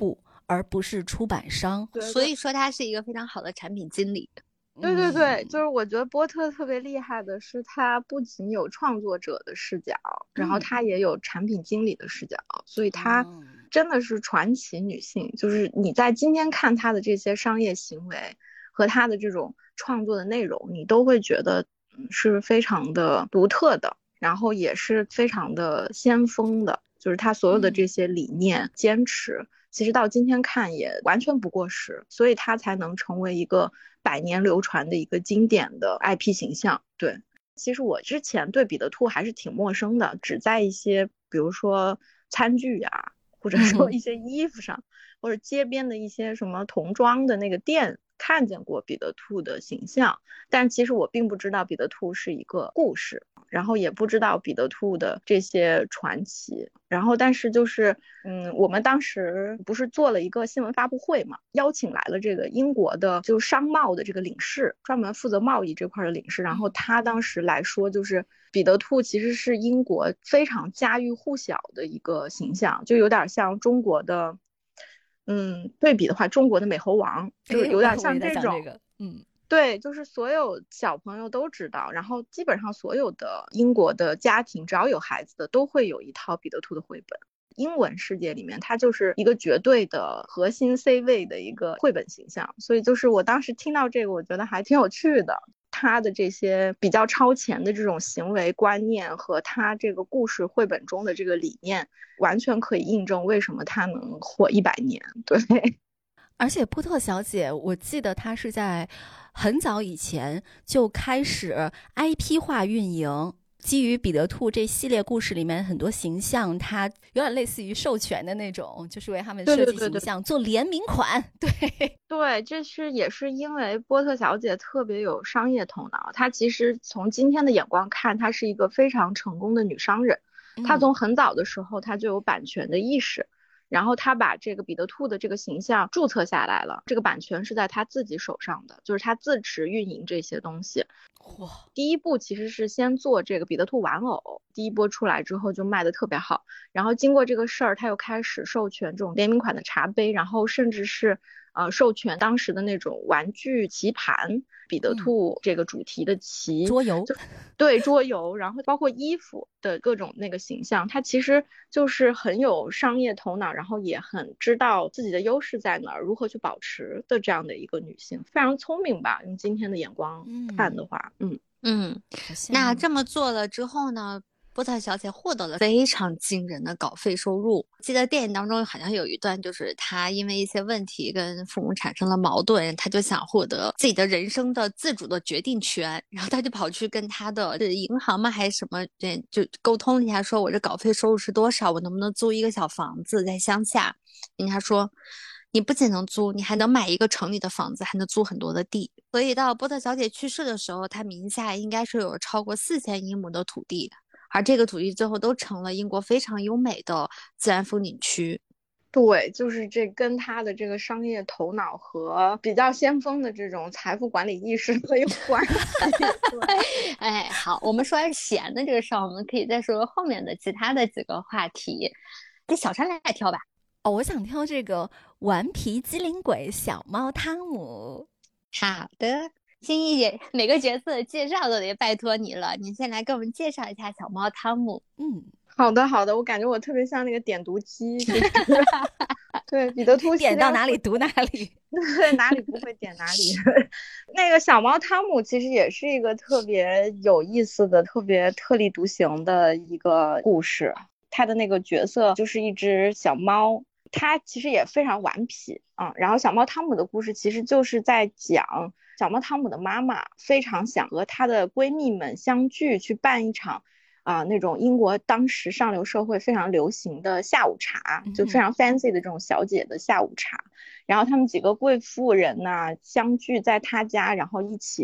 而不是出版商。 对对， 所以说他是一个非常好的产品经理。 对对对，就是我觉得波特特别厉害的是，他不仅有创作者的视角，然后他也有产品经理的视角，所以他真的是传奇女性。就是你在今天看他的这些商业行为和他的这种创作的内容，你都会觉得是非常的独特的，然后也是非常的先锋的，就是他所有的这些理念坚持，其实到今天看也完全不过时，所以他才能成为一个百年流传的一个经典的 I P 形象。对，其实我之前对彼得兔还是挺陌生的，只在一些比如说餐具呀，或者说一些衣服上，或者街边的一些什么童装的那个店看见过彼得兔的形象，但其实我并不知道彼得兔是一个故事，然后也不知道彼得兔的这些传奇。然后但是就是嗯，我们当时不是做了一个新闻发布会嘛，邀请来了这个英国的就是商贸的这个领事，专门负责贸易这块的领事，然后他当时来说，就是彼得兔其实是英国非常家喻户晓的一个形象，就有点像中国的嗯，对比的话，中国的美猴王就是有点像这种， 这个、嗯， 对，就是所有小朋友都知道，然后基本上所有的英国的家庭，只要有孩子的，都会有一套彼得兔的绘本。英文世界里面，它就是一个绝对的核心 C 位的一个绘本形象，所以就是我当时听到这个，我觉得还挺有趣的。他的这些比较超前的这种行为观念和他这个故事绘本中的这个理念，完全可以印证为什么他能活一百年。对， 而且波特小姐，我记得她是在很早以前就开始 I P 化运营。基于彼得兔这系列故事里面很多形象，它有点类似于授权的那种，就是为他们设计形象，对对对对，做联名款。对对，这是也是因为波特小姐特别有商业头脑，她其实从今天的眼光看，她是一个非常成功的女商人。她从很早的时候，她就有版权的意识。嗯，然后他把这个彼得兔的这个形象注册下来了，这个版权是在他自己手上的，就是他自持运营这些东西。 哇， 第一步其实是先做这个彼得兔玩偶，第一波出来之后就卖得特别好，然后经过这个事儿，他又开始授权这种联名款的茶杯，然后甚至是呃授权当时的那种玩具棋盘，彼得兔这个主题的棋、 嗯、桌游， 对，桌游，然后包括衣服的各种那个形象，他其实就是很有商业头脑，然后也很知道自己的优势在哪儿，如何去保持的这样的一个女性，非常聪明吧，用今天的眼光看的话。嗯嗯, 嗯那这么做了之后呢，波特小姐获得了非常惊人的稿费收入。记得电影当中好像有一段，就是她因为一些问题跟父母产生了矛盾，她就想获得自己的人生的自主的决定权，然后她就跑去跟她的银行嘛还是什么人就沟通一下，说我这稿费收入是多少，我能不能租一个小房子在乡下。人家说你不仅能租，你还能买一个城里的房子，还能租很多的地。所以到波特小姐去世的时候，她名下应该是有超过四千英亩的土地，而这个土地最后都成了英国非常优美的自然风景区。 对，就是这跟她的这个商业头脑和比较先锋的这种财富管理意识很有关系。 哎，好，我们说完闲的这个事儿，我们可以再说说后面的其他的几个话题。给小山来挑吧。 哦，我想挑这个顽皮机灵鬼小猫汤姆。 好的，心怡姐每个角色的介绍都得拜托你了，你先来给我们介绍一下小猫汤姆。 嗯， 好的好的，我感觉我特别像那个点读机。对，彼得兔点到哪里读哪里， 对，哪里不会点哪里。那个小猫汤姆其实也是一个特别有意思的、特别特立独行的一个故事。他的那个角色就是一只小猫，它其实也非常顽皮啊、嗯。然后小猫汤姆的故事其实就是在讲小猫汤姆的妈妈非常想和她的闺蜜们相聚，去办一场啊、呃、那种英国当时上流社会非常流行的下午茶，就非常 fancy 的这种小姐的下午茶。然后他们几个贵妇人呢相聚在她家，然后一起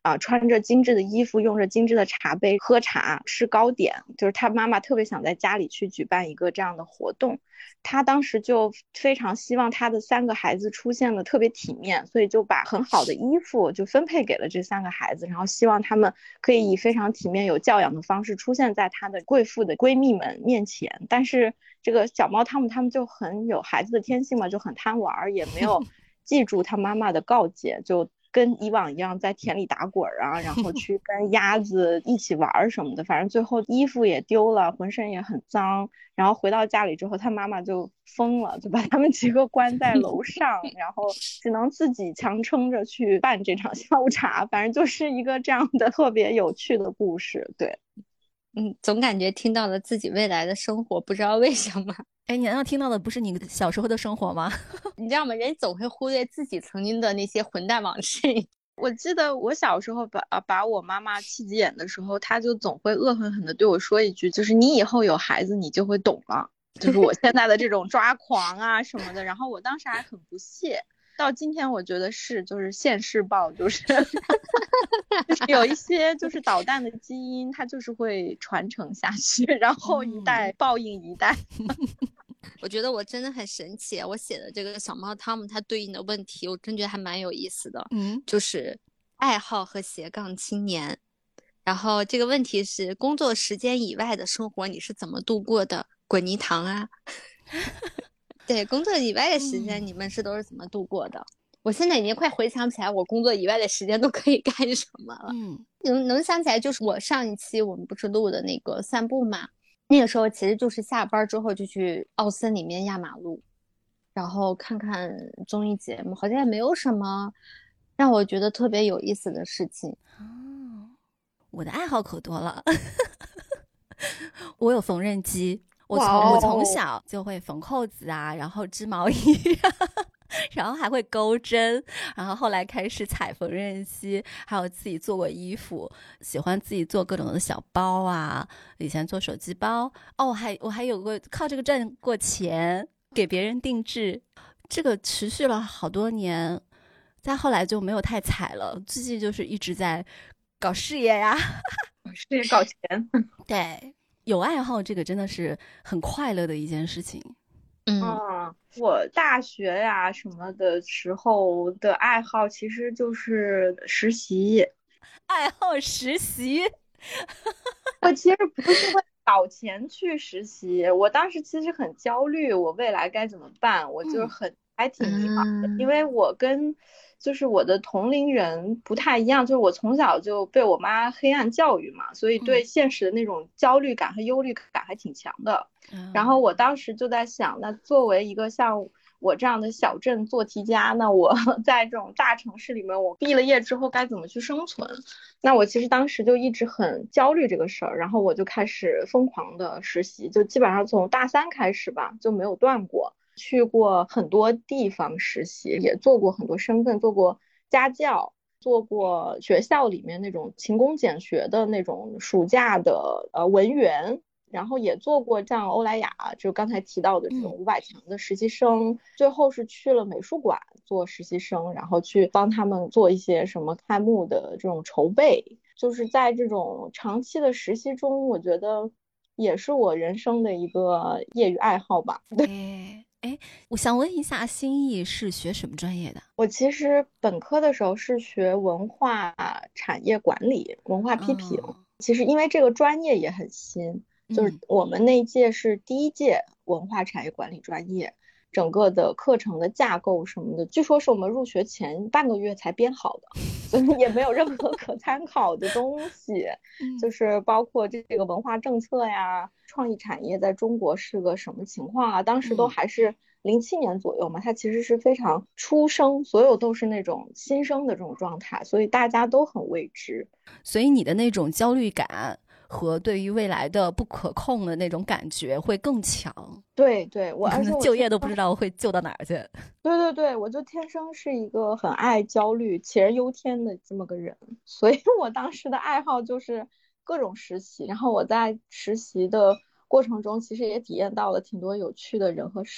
啊、呃，穿着精致的衣服，用着精致的茶杯喝茶吃糕点，就是他妈妈特别想在家里去举办一个这样的活动。他当时就非常希望他的三个孩子出现的特别体面，所以就把很好的衣服就分配给了这三个孩子，然后希望他们可以以非常体面有教养的方式出现在他的贵妇的闺蜜们面前。但是这个小猫汤姆他们就很有孩子的天性嘛，就很贪玩，也没有记住他妈妈的告诫，就跟以往一样在田里打滚啊，然后去跟鸭子一起玩什么的，反正最后衣服也丢了，浑身也很脏，然后回到家里之后他妈妈就疯了，就把他们几个关在楼上然后只能自己强撑着去办这场下午茶，反正就是一个这样的特别有趣的故事。对， 嗯，总感觉听到了自己未来的生活，不知道为什么。 哎，你难道听到的不是你小时候的生活吗？ 你知道吗？人总会忽略自己曾经的那些混蛋往事。 我记得我小时候把把我妈妈气急眼的时候，她就总会恶狠狠地对我说一句，就是你以后有孩子你就会懂了，就是我现在的这种抓狂啊什么的。然后我当时还很不屑，到今天我觉得是就是现世报，就是就是有一些就是捣蛋的基因，它就是会传承下去，然后一代报应一代。 我觉得我真的很神奇，我写的这个小猫汤姆它对应的问题我真觉得还蛮有意思的。 嗯， 就是爱好和斜杠青年，然后这个问题是工作时间以外的生活你是怎么度过的？滚泥塘啊对，工作以外的时间你们是都是怎么度过的？嗯，我现在已经快回想不起来我工作以外的时间都可以干什么了。 嗯， 能能想起来就是我上一期我们不是录的那个散步嘛，那个时候其实就是下班之后就去奥森里面压马路，然后看看综艺节目，好像也没有什么让我觉得特别有意思的事情。 哦，我的爱好可多了我有缝纫机，我从、wow. 我从小就会缝扣子啊，然后织毛衣啊然后还会钩针，然后后来开始踩缝纫机，还有自己做过衣服，喜欢自己做各种的小包啊，以前做手机包哦，还我还有过靠这个赚过钱，给别人定制，这个持续了好多年，再后来就没有太踩了，最近就是一直在搞事业呀事业搞钱对，有爱好这个真的是很快乐的一件事情。 嗯，我大学呀什么的时候的爱好其实就是实习。 爱好实习我其实不是为搞钱去实习，我当时其实很焦虑我未来该怎么办，我就是很、嗯、还挺迷茫的、嗯、因为我跟就是我的同龄人不太一样，就是我从小就被我妈黑暗教育嘛，所以对现实的那种焦虑感和忧虑感还挺强的、嗯、然后我当时就在想，那作为一个像我这样的小镇做题家，那我在这种大城市里面，我毕了业之后该怎么去生存？那我其实当时就一直很焦虑这个事儿，然后我就开始疯狂的实习，就基本上从大三开始吧，就没有断过，去过很多地方实习，也做过很多身份，做过家教，做过学校里面那种勤工俭学的那种暑假的呃文员。然后也做过像欧莱雅，就刚才提到的这种五百强的实习生、嗯、最后是去了美术馆做实习生，然后去帮他们做一些什么开幕的这种筹备。就是在这种长期的实习中，我觉得也是我人生的一个业余爱好吧。对， 哎，我想问一下，心意是学什么专业的？ 我其实本科的时候是学文化产业管理、文化批评、哦、其实因为这个专业也很新，就是我们那一届是第一届文化产业管理专业、嗯、整个的课程的架构什么的，据说是我们入学前半个月才编好的，所以也没有任何可参考的东西、嗯、就是包括这个文化政策呀，创意产业在中国是个什么情况啊，当时都还是零七年左右嘛，它其实是非常初生，所有都是那种新生的这种状态，所以大家都很未知。 所以你的那种焦虑感和对于未来的不可控的那种感觉会更强。 对对，我而且我就业都不知道会就到哪儿去。 对对对，我就天生是一个很爱焦虑、杞人忧天的这么个人，所以我当时的爱好就是各种实习，然后我在实习的过程中其实也体验到了挺多有趣的人和事。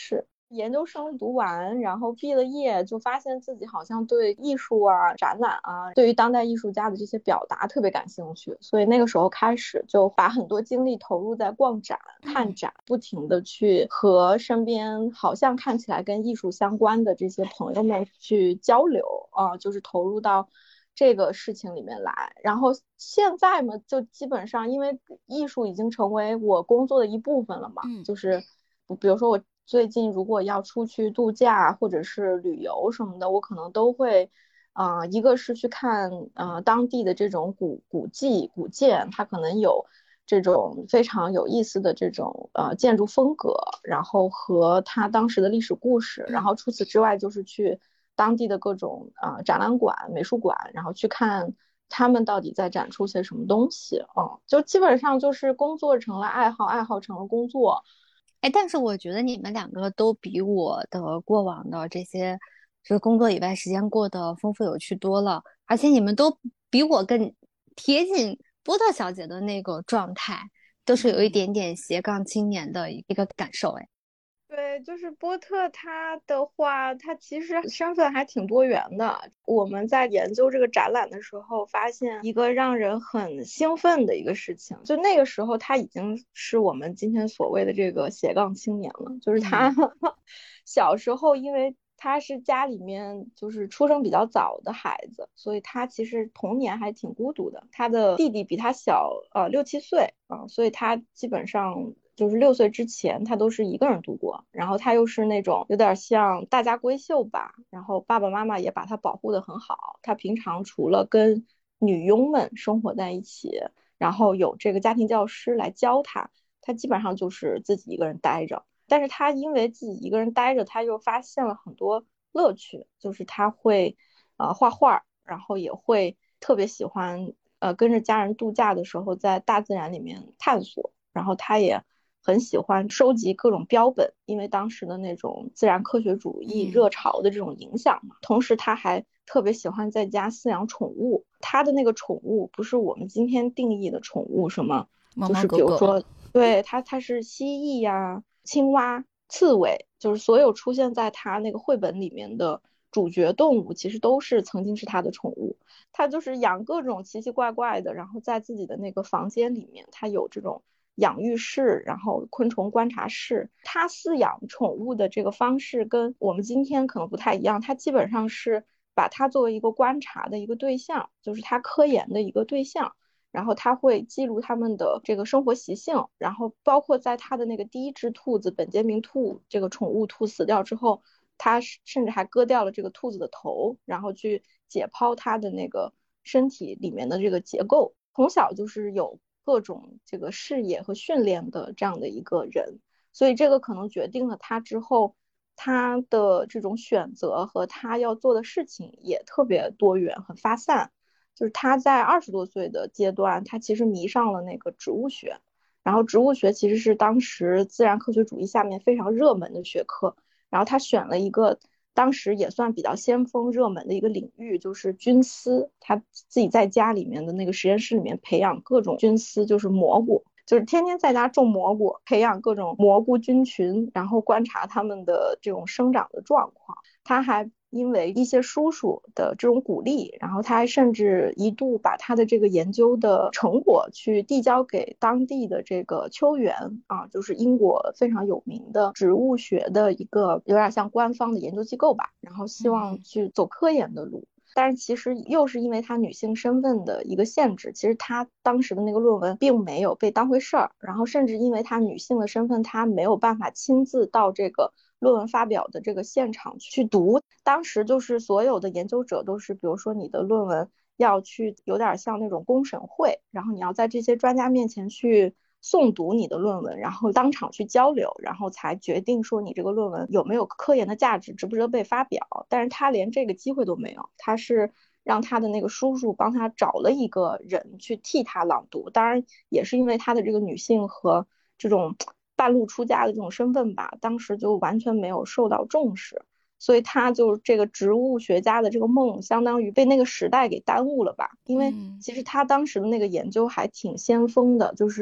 研究生读完，然后毕了业，就发现自己好像对艺术啊、展览啊，对于当代艺术家的这些表达特别感兴趣，所以那个时候开始就把很多精力投入在逛展、看展，不停的去和身边好像看起来跟艺术相关的这些朋友们去交流啊、呃，就是投入到这个事情里面来。然后现在嘛，就基本上因为艺术已经成为我工作的一部分了嘛， 嗯， 就是比如说我最近如果要出去度假或者是旅游什么的，我可能都会，啊、呃，一个是去看呃当地的这种古古迹古建，它可能有这种非常有意思的这种呃建筑风格，然后和它当时的历史故事，然后除此之外就是去当地的各种啊、呃、展览馆、美术馆，然后去看他们到底在展出些什么东西，嗯，就基本上就是工作成了爱好，爱好成了工作。 哎，但是我觉得你们两个都比我的过往的这些，就是工作以外时间过得丰富有趣多了，而且你们都比我更贴近波特小姐的那个状态，都是有一点点斜杠青年的一个感受。哎， 对，就是波特他的话，他其实身份还挺多元的。我们在研究这个展览的时候，发现一个让人很兴奋的一个事情，就那个时候他已经是我们今天所谓的这个斜杠青年了。就是他、嗯、小时候，因为他是家里面就是出生比较早的孩子，所以他其实童年还挺孤独的。他的弟弟比他小呃六七岁啊、呃，所以他基本上就是六岁之前他都是一个人度过。然后他又是那种有点像大家闺秀吧，然后爸爸妈妈也把他保护得很好。他平常除了跟女佣们生活在一起，然后有这个家庭教师来教他，他基本上就是自己一个人待着。但是他因为自己一个人待着，他又发现了很多乐趣，就是他会呃画画，然后也会特别喜欢呃跟着家人度假的时候在大自然里面探索，然后他也很喜欢收集各种标本，因为当时的那种自然科学主义热潮的这种影响嘛。同时他还特别喜欢在家饲养宠物，他的那个宠物不是我们今天定义的宠物，什么就是比如说对他他是蜥蜴呀、青蛙、刺猬，就是所有出现在他那个绘本里面的主角动物，其实都是曾经是他的宠物。他就是养各种奇奇怪怪的，然后在自己的那个房间里面，他有这种养育室，然后昆虫观察室。他饲养宠物的这个方式跟我们今天可能不太一样，他基本上是把它作为一个观察的一个对象，就是他科研的一个对象。然后他会记录他们的这个生活习性，然后包括在他的那个第一只兔子本杰明兔这个宠物兔死掉之后，他甚至还割掉了这个兔子的头，然后去解剖它的那个身体里面的这个结构。从小就是有各种这个视野和训练的这样的一个人，所以这个可能决定了他之后他的这种选择和他要做的事情也特别多元很发散。就是他在二十多岁的阶段，他其实迷上了那个植物学，然后植物学其实是当时自然科学主义下面非常热门的学科，然后他选了一个当时也算比较先锋热门的一个领域，就是菌丝。他自己在家里面的那个实验室里面培养各种菌丝，就是蘑菇，就是天天在家种蘑菇，培养各种蘑菇菌群，然后观察它们的这种生长的状况。他还因为一些叔叔的这种鼓励，然后他还甚至一度把他的这个研究的成果去递交给当地的这个秋园啊，就是英国非常有名的植物学的一个有点像官方的研究机构吧，然后希望去走科研的路。但是其实又是因为她女性身份的一个限制，其实她当时的那个论文并没有被当回事儿，然后甚至因为她女性的身份，她没有办法亲自到这个论文发表的这个现场去读。当时就是所有的研究者都是，比如说你的论文要去有点像那种公审会，然后你要在这些专家面前去诵读你的论文，然后当场去交流，然后才决定说你这个论文有没有科研的价值，值不值得被发表。但是他连这个机会都没有，他是让他的那个叔叔帮他找了一个人去替他朗读，当然也是因为他的这个女性和这种半路出家的这种身份吧，当时就完全没有受到重视。所以他就这个植物学家的这个梦相当于被那个时代给耽误了吧，因为其实他当时的那个研究还挺先锋的，就是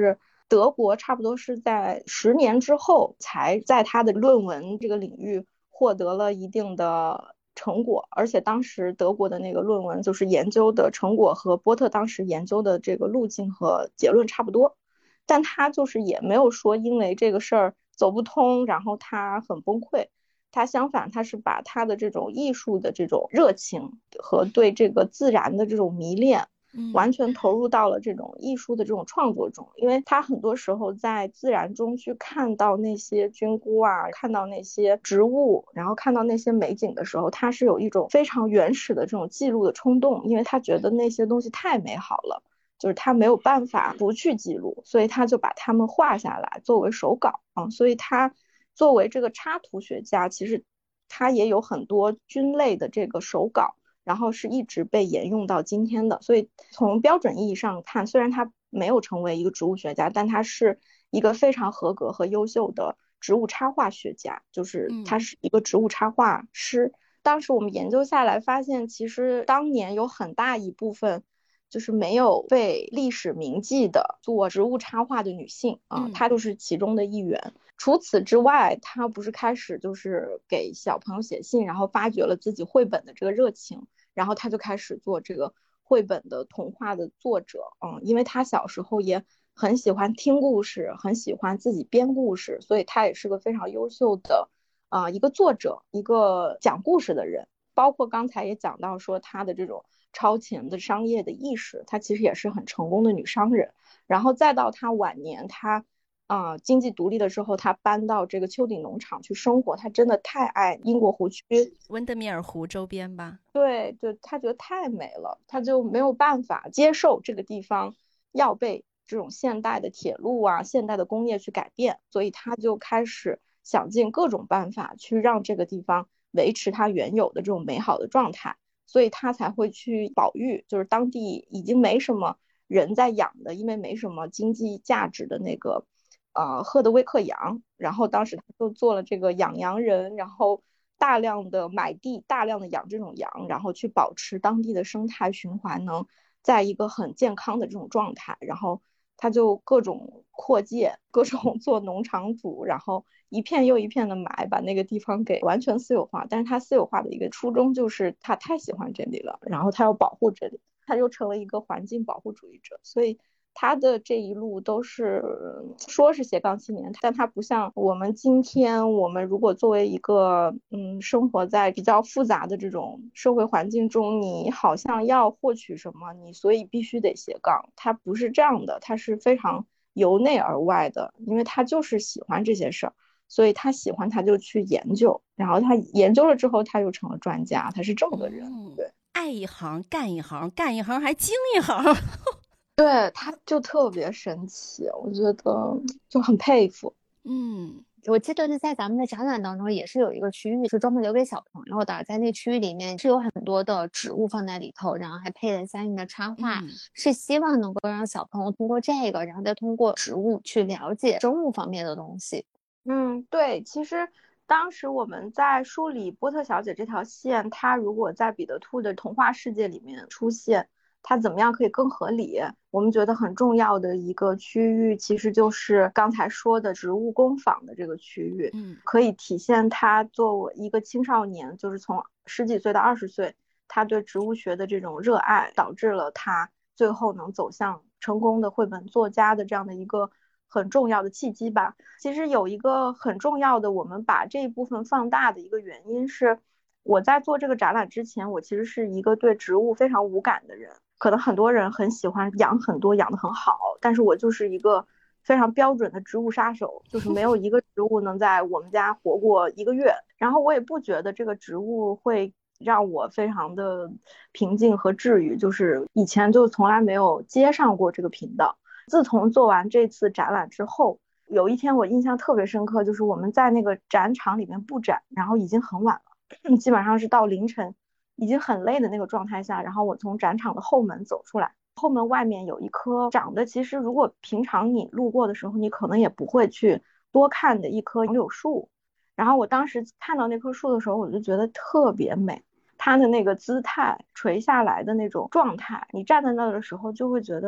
德国差不多是在十年之后才在他的论文这个领域获得了一定的成果，而且当时德国的那个论文就是研究的成果和波特当时研究的这个路径和结论差不多，但他就是也没有说因为这个事儿走不通然后他很崩溃，他相反他是把他的这种艺术的这种热情和对这个自然的这种迷恋完全投入到了这种艺术的这种创作中，因为他很多时候在自然中去看到那些菌菇啊，看到那些植物，然后看到那些美景的时候，他是有一种非常原始的这种记录的冲动，因为他觉得那些东西太美好了，就是他没有办法不去记录，所以他就把它们画下来作为手稿啊。所以他作为这个插图学家，其实他也有很多菌类的这个手稿，然后是一直被沿用到今天的。所以从标准意义上看，虽然他没有成为一个植物学家，但他是一个非常合格和优秀的植物插画学家，就是他是一个植物插画师。当时我们研究下来发现，其实当年有很大一部分就是没有被历史铭记的做植物插画的女性啊，她就是其中的一员。除此之外，她不是开始就是给小朋友写信，然后发掘了自己绘本的这个热情，然后她就开始做这个绘本的童话的作者。嗯，因为她小时候也很喜欢听故事，很喜欢自己编故事，所以她也是个非常优秀的啊、呃、一个作者，一个讲故事的人。包括刚才也讲到说她的这种超前的商业的意识，她其实也是很成功的女商人。然后再到她晚年，她啊、呃，经济独立的时候，她搬到这个丘顶农场去生活。她真的太爱英国湖区， 温德米尔湖周边吧。 对，就她觉得太美了，她就没有办法接受这个地方要被这种现代的铁路啊、现代的工业去改变，所以她就开始想尽各种办法去让这个地方维持它原有的这种美好的状态。所以他才会去保育，就是当地已经没什么人在养的，因为没什么经济价值的那个呃赫德威克羊。然后当时他就做了这个养羊人，然后大量的买地，大量的养这种羊，然后去保持当地的生态循环能在一个很健康的这种状态。然后他就各种扩建，各种做农场主，然后一片又一片的买，把那个地方给完全私有化。但是他私有化的一个初衷就是他太喜欢这里了，然后他要保护这里，他就成了一个环境保护主义者。所以他的这一路都是说是斜杠青年，但他不像我们今天，我们如果作为一个嗯生活在比较复杂的这种社会环境中，你好像要获取什么，你所以必须得斜杠。他不是这样的，他是非常由内而外的，因为他就是喜欢这些事儿，所以他喜欢他就去研究，然后他研究了之后他又成了专家，他是这么个人。 嗯、 对， 爱一行干一行，干一行还精一行。 对，他就特别神奇，我觉得就很佩服。 嗯， 我记得在咱们的展览当中也是有一个区域是专门留给小朋友的，在那区域里面是有很多的植物放在里头，然后还配了相应的插画、嗯、是希望能够让小朋友通过这个，然后再通过植物去了解生物方面的东西。 嗯，对，其实当时我们在梳理波特小姐这条线，她如果在彼得兔的童话世界里面出现，它怎么样可以更合理？我们觉得很重要的一个区域，其实就是刚才说的植物工坊的这个区域， 嗯， 可以体现他作为一个青少年，就是从十几岁到二十岁，他对植物学的这种热爱，导致了他最后能走向成功的绘本作家的这样的一个很重要的契机吧。其实有一个很重要的，我们把这一部分放大的一个原因是，我在做这个展览之前，我其实是一个对植物非常无感的人。可能很多人很喜欢养很多，养得很好，但是我就是一个非常标准的植物杀手，就是没有一个植物能在我们家活过一个月。然后我也不觉得这个植物会让我非常的平静和治愈，就是以前就从来没有接上过这个频道。自从做完这次展览之后，有一天我印象特别深刻，就是我们在那个展场里面布展，然后已经很晚了，基本上是到凌晨，已经很累的那个状态下，然后我从展场的后门走出来，后门外面有一棵长得其实如果平常你路过的时候你可能也不会去多看的一棵杨柳树。然后我当时看到那棵树的时候，我就觉得特别美，它的那个姿态垂下来的那种状态，你站在那的时候就会觉得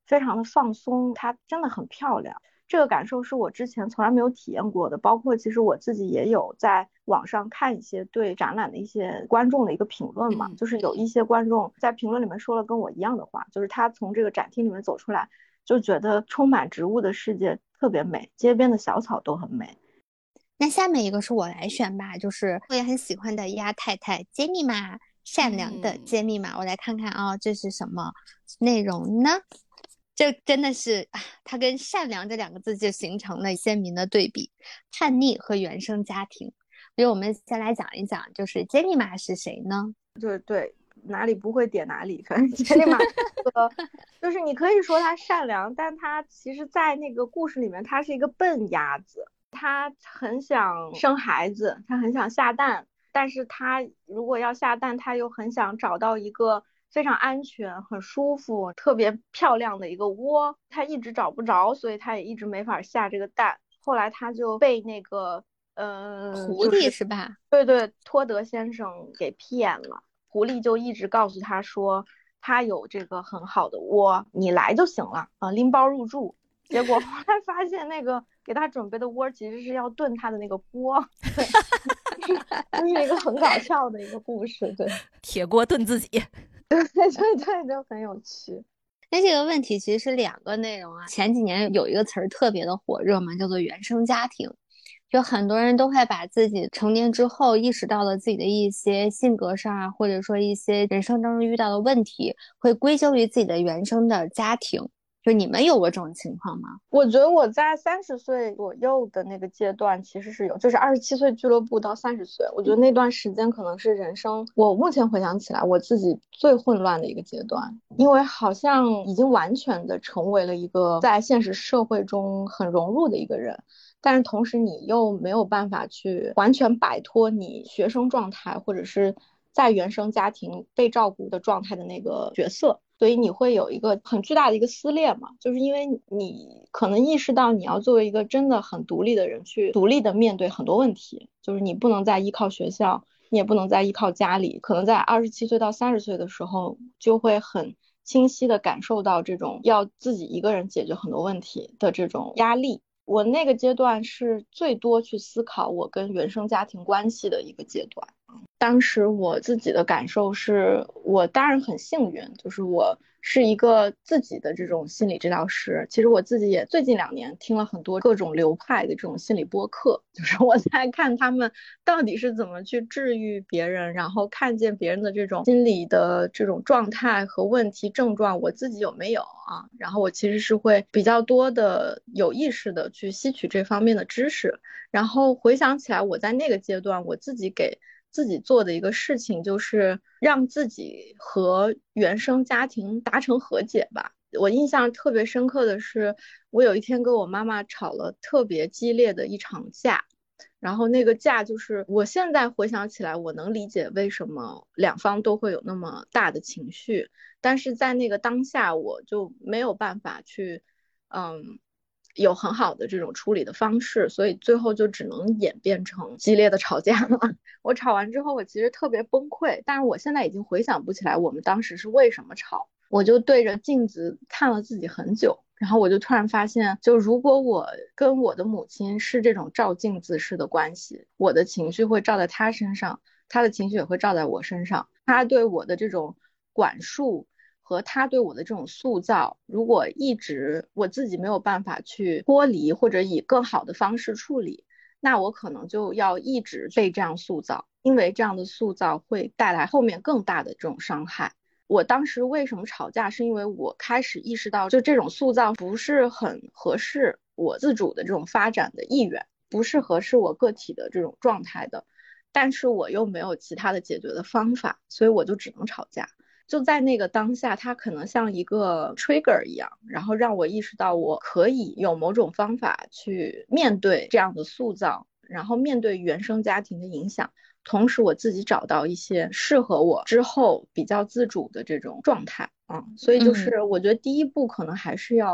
非常的放松，它真的很漂亮。这个感受是我之前从来没有体验过的，包括其实我自己也有在网上看一些对展览的一些观众的一个评论嘛， 嗯、 就是有一些观众在评论里面说了跟我一样的话，就是他从这个展厅里面走出来就觉得充满植物的世界特别美，街边的小草都很美。 那下面一个是我来选吧，就是我也很喜欢的鸭太太揭秘码，善良的揭秘码、嗯、我来看看啊、哦，这是什么内容呢？这真的是它跟善良这两个字就形成了鲜明的对比，叛逆和原生家庭。所以我们先来讲一讲，就是揭秘码是谁呢？ 对对，哪里不会点哪里，反正揭秘码就是你可以说他善良，但他其实在那个故事里面他是一个笨鸭子，他很想生孩子，他很想下蛋，但是他如果要下蛋，他又很想找到一个非常安全、很舒服、特别漂亮的一个窝，他一直找不着，所以他也一直没法下这个蛋。后来他就被那个呃狐狸是吧？ 对对，托德先生给骗了。狐狸就一直告诉他说，他有这个很好的窝，你来就行了啊，拎包入住。结果后来发现那个给他准备的窝其实是要炖他的那个锅，对，这是一个很搞笑的一个故事，对， 铁锅炖自己， 对对对，就很有趣。 那这个问题其实是两个内容啊。前几年有一个词儿特别的火热嘛，叫做原生家庭。就很多人都会把自己成年之后意识到了自己的一些性格上啊，或者说一些人生当中遇到的问题，会归咎于自己的原生的家庭。就你们有过这种情况吗？ 我觉得我在三十岁左右的那个阶段其实是有，就是二十七岁俱乐部到三十岁，我觉得那段时间可能是人生我目前回想起来我自己最混乱的一个阶段，因为好像已经完全的成为了一个在现实社会中很融入的一个人，但是同时你又没有办法去完全摆脱你学生状态或者是在原生家庭被照顾的状态的那个角色，所以你会有一个很巨大的一个撕裂嘛，就是因为你可能意识到你要作为一个真的很独立的人去独立的面对很多问题，就是你不能再依靠学校，你也不能再依靠家里，可能在二十七岁到三十岁的时候就会很清晰的感受到这种要自己一个人解决很多问题的这种压力。我那个阶段是最多去思考我跟原生家庭关系的一个阶段。当时我自己的感受是，我当然很幸运，就是我是一个自己的这种心理治疗师。其实我自己也最近两年听了很多各种流派的这种心理播客，就是我在看他们到底是怎么去治愈别人，然后看见别人的这种心理的这种状态和问题症状，我自己有没有啊？然后我其实是会比较多的有意识的去吸取这方面的知识，然后回想起来我在那个阶段我自己给自己做的一个事情就是让自己和原生家庭达成和解吧。我印象特别深刻的是，我有一天跟我妈妈吵了特别激烈的一场架，然后那个架就是我现在回想起来我能理解为什么两方都会有那么大的情绪，但是在那个当下我就没有办法去嗯有很好的这种处理的方式，所以最后就只能演变成激烈的吵架了。我吵完之后我其实特别崩溃，但是我现在已经回想不起来我们当时是为什么吵，我就对着镜子看了自己很久，然后我就突然发现，就如果我跟我的母亲是这种照镜子式的关系，我的情绪会照在她身上，她的情绪也会照在我身上，她对我的这种管束和他对我的这种塑造，如果一直我自己没有办法去脱离或者以更好的方式处理，那我可能就要一直被这样塑造，因为这样的塑造会带来后面更大的这种伤害。我当时为什么吵架，是因为我开始意识到就这种塑造不是很合适我自主的这种发展的意愿，不是合适我个体的这种状态的，但是我又没有其他的解决的方法，所以我就只能吵架。就在那个当下，它可能像一个 trigger 一样，然后让我意识到我可以有某种方法去面对这样的塑造，然后面对原生家庭的影响，同时我自己找到一些适合我之后比较自主的这种状态啊、嗯，所以就是我觉得第一步可能还是要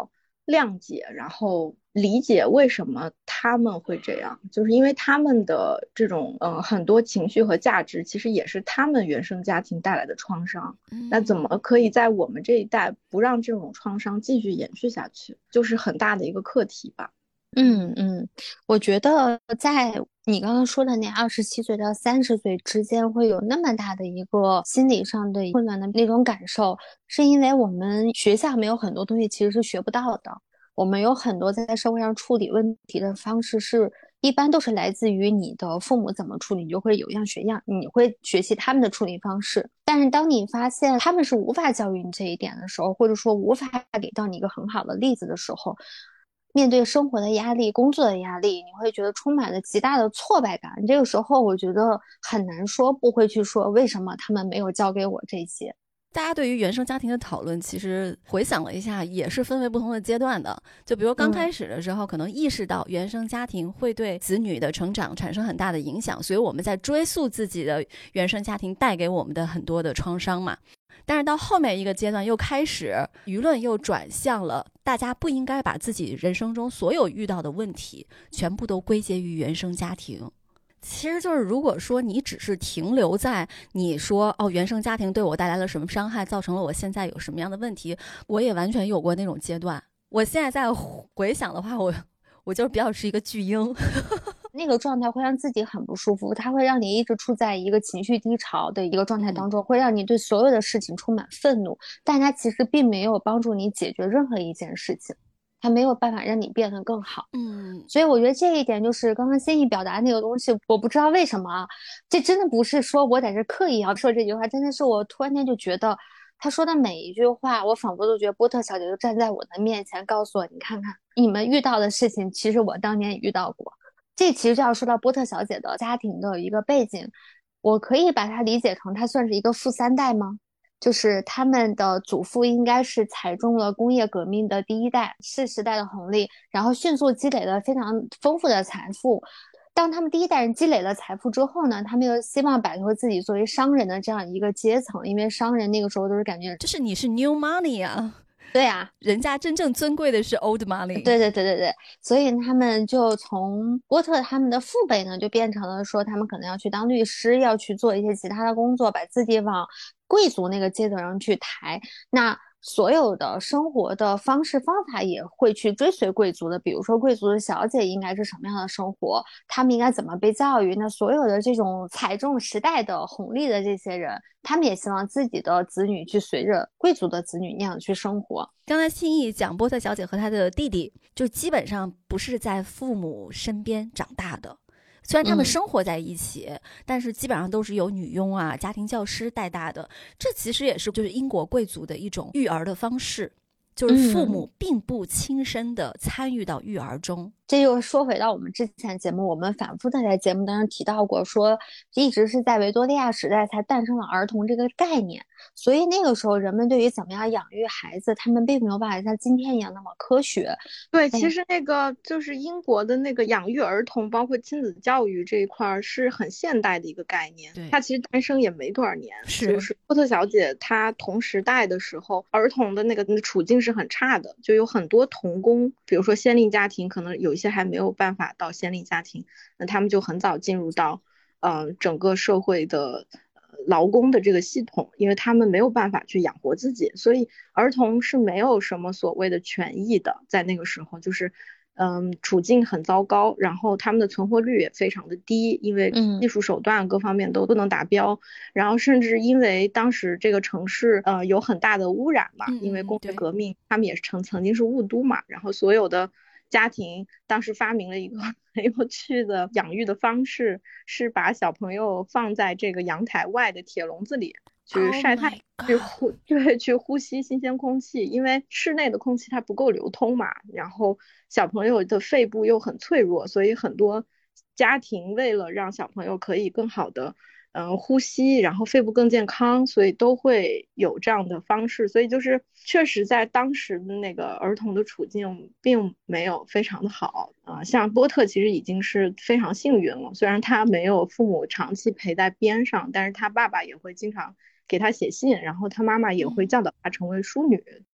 谅解，然后理解为什么他们会这样，就是因为他们的这种呃很多情绪和价值，其实也是他们原生家庭带来的创伤。那怎么可以在我们这一代不让这种创伤继续延续下去，就是很大的一个课题吧。 嗯嗯，我觉得在你刚刚说的那二十七岁到三十岁之间会有那么大的一个心理上的混乱的那种感受，是因为我们学校没有很多东西其实是学不到的。我们有很多在社会上处理问题的方式是一般都是来自于你的父母怎么处理，你就会有样学样，你会学习他们的处理方式。但是当你发现他们是无法教育你这一点的时候，或者说无法给到你一个很好的例子的时候，面对生活的压力、工作的压力，你会觉得充满了极大的挫败感。这个时候，我觉得很难说不会去说为什么他们没有教给我这些。 大家对于原生家庭的讨论，其实回想了一下，也是分为不同的阶段的。就比如刚开始的时候，嗯、可能意识到原生家庭会对子女的成长产生很大的影响，所以我们在追溯自己的原生家庭带给我们的很多的创伤嘛。但是到后面一个阶段又开始，舆论又转向了大家不应该把自己人生中所有遇到的问题全部都归结于原生家庭。其实就是如果说你只是停留在你说哦原生家庭对我带来了什么伤害，造成了我现在有什么样的问题，我也完全有过那种阶段。我现在在回想的话，我我就是比较是一个巨婴那个状态会让自己很不舒服，它会让你一直处在一个情绪低潮的一个状态当中，会让你对所有的事情充满愤怒，但它其实并没有帮助你解决任何一件事情，它没有办法让你变得更好。 嗯， 所以我觉得这一点就是刚刚心怡表达那个东西，我不知道为什么啊，这真的不是说我在这刻意要说这句话，真的是我突然间就觉得他说的每一句话，我仿佛都觉得波特小姐就站在我的面前告诉我，你看看你们遇到的事情其实我当年也遇到过。这其实就要说到波特小姐的家庭的一个背景，我可以把它理解成她算是一个富三代吗？就是他们的祖父应该是踩中了工业革命的第一代是时代的红利，然后迅速积累了非常丰富的财富。当他们第一代人积累了财富之后呢，他们又希望摆脱自己作为商人的这样一个阶层，因为商人那个时候都是感觉就是你是 new money 啊。 对啊， 人家真正尊贵的是 old money。 对对对对对，所以他们就从波特他们的父辈呢，就变成了说他们可能要去当律师，要去做一些其他的工作，把自己往贵族那个阶层上去抬。那所有的生活的方式方法也会去追随贵族的，比如说贵族的小姐应该是什么样的生活，他们应该怎么被教育。那所有的这种踩中时代的红利的这些人，他们也希望自己的子女去随着贵族的子女那样去生活。 刚才心怡讲波特小姐和她的弟弟就基本上不是在父母身边长大的，虽然他们生活在一起、嗯、但是基本上都是由女佣啊家庭教师带大的。这其实也是就是英国贵族的一种育儿的方式，就是父母并不亲身的参与到育儿中、嗯、 这又说回到我们之前节目，我们反复的在节目当中提到过，说一直是在维多利亚时代才诞生了儿童这个概念，所以那个时候人们对于怎么样养育孩子，他们并没有办法像今天一样那么科学。 对，其实那个就是英国的那个养育儿童包括亲子教育这一块是很现代的一个概念，它其实诞生也没多少年， 是就是波特小姐她同时代的时候，儿童的那个处境是很差的，就有很多童工，比如说先令家庭，可能有一些还没有办法到先令家庭，那他们就很早进入到嗯、呃、整个社会的劳工的这个系统，因为他们没有办法去养活自己，所以儿童是没有什么所谓的权益的，在那个时候就是嗯，处境很糟糕，然后他们的存活率也非常的低，因为技术手段各方面都不能达标、嗯、然后甚至因为当时这个城市呃有很大的污染嘛、嗯、因为工业革命他们也是曾曾经是雾都嘛，然后所有的家庭当时发明了一个很有趣的养育的方式，是把小朋友放在这个阳台外的铁笼子里去晒太阳、oh、去呼对去呼吸新鲜空气，因为室内的空气它不够流通嘛，然后小朋友的肺部又很脆弱，所以很多家庭为了让小朋友可以更好的嗯呼吸，然后肺部更健康，所以都会有这样的方式，所以就是确实在当时的那个儿童的处境并没有非常的好啊、呃。像波特其实已经是非常幸运了，虽然他没有父母长期陪在边上，但是他爸爸也会经常给他写信，然后他妈妈也会教导他成为淑女、嗯、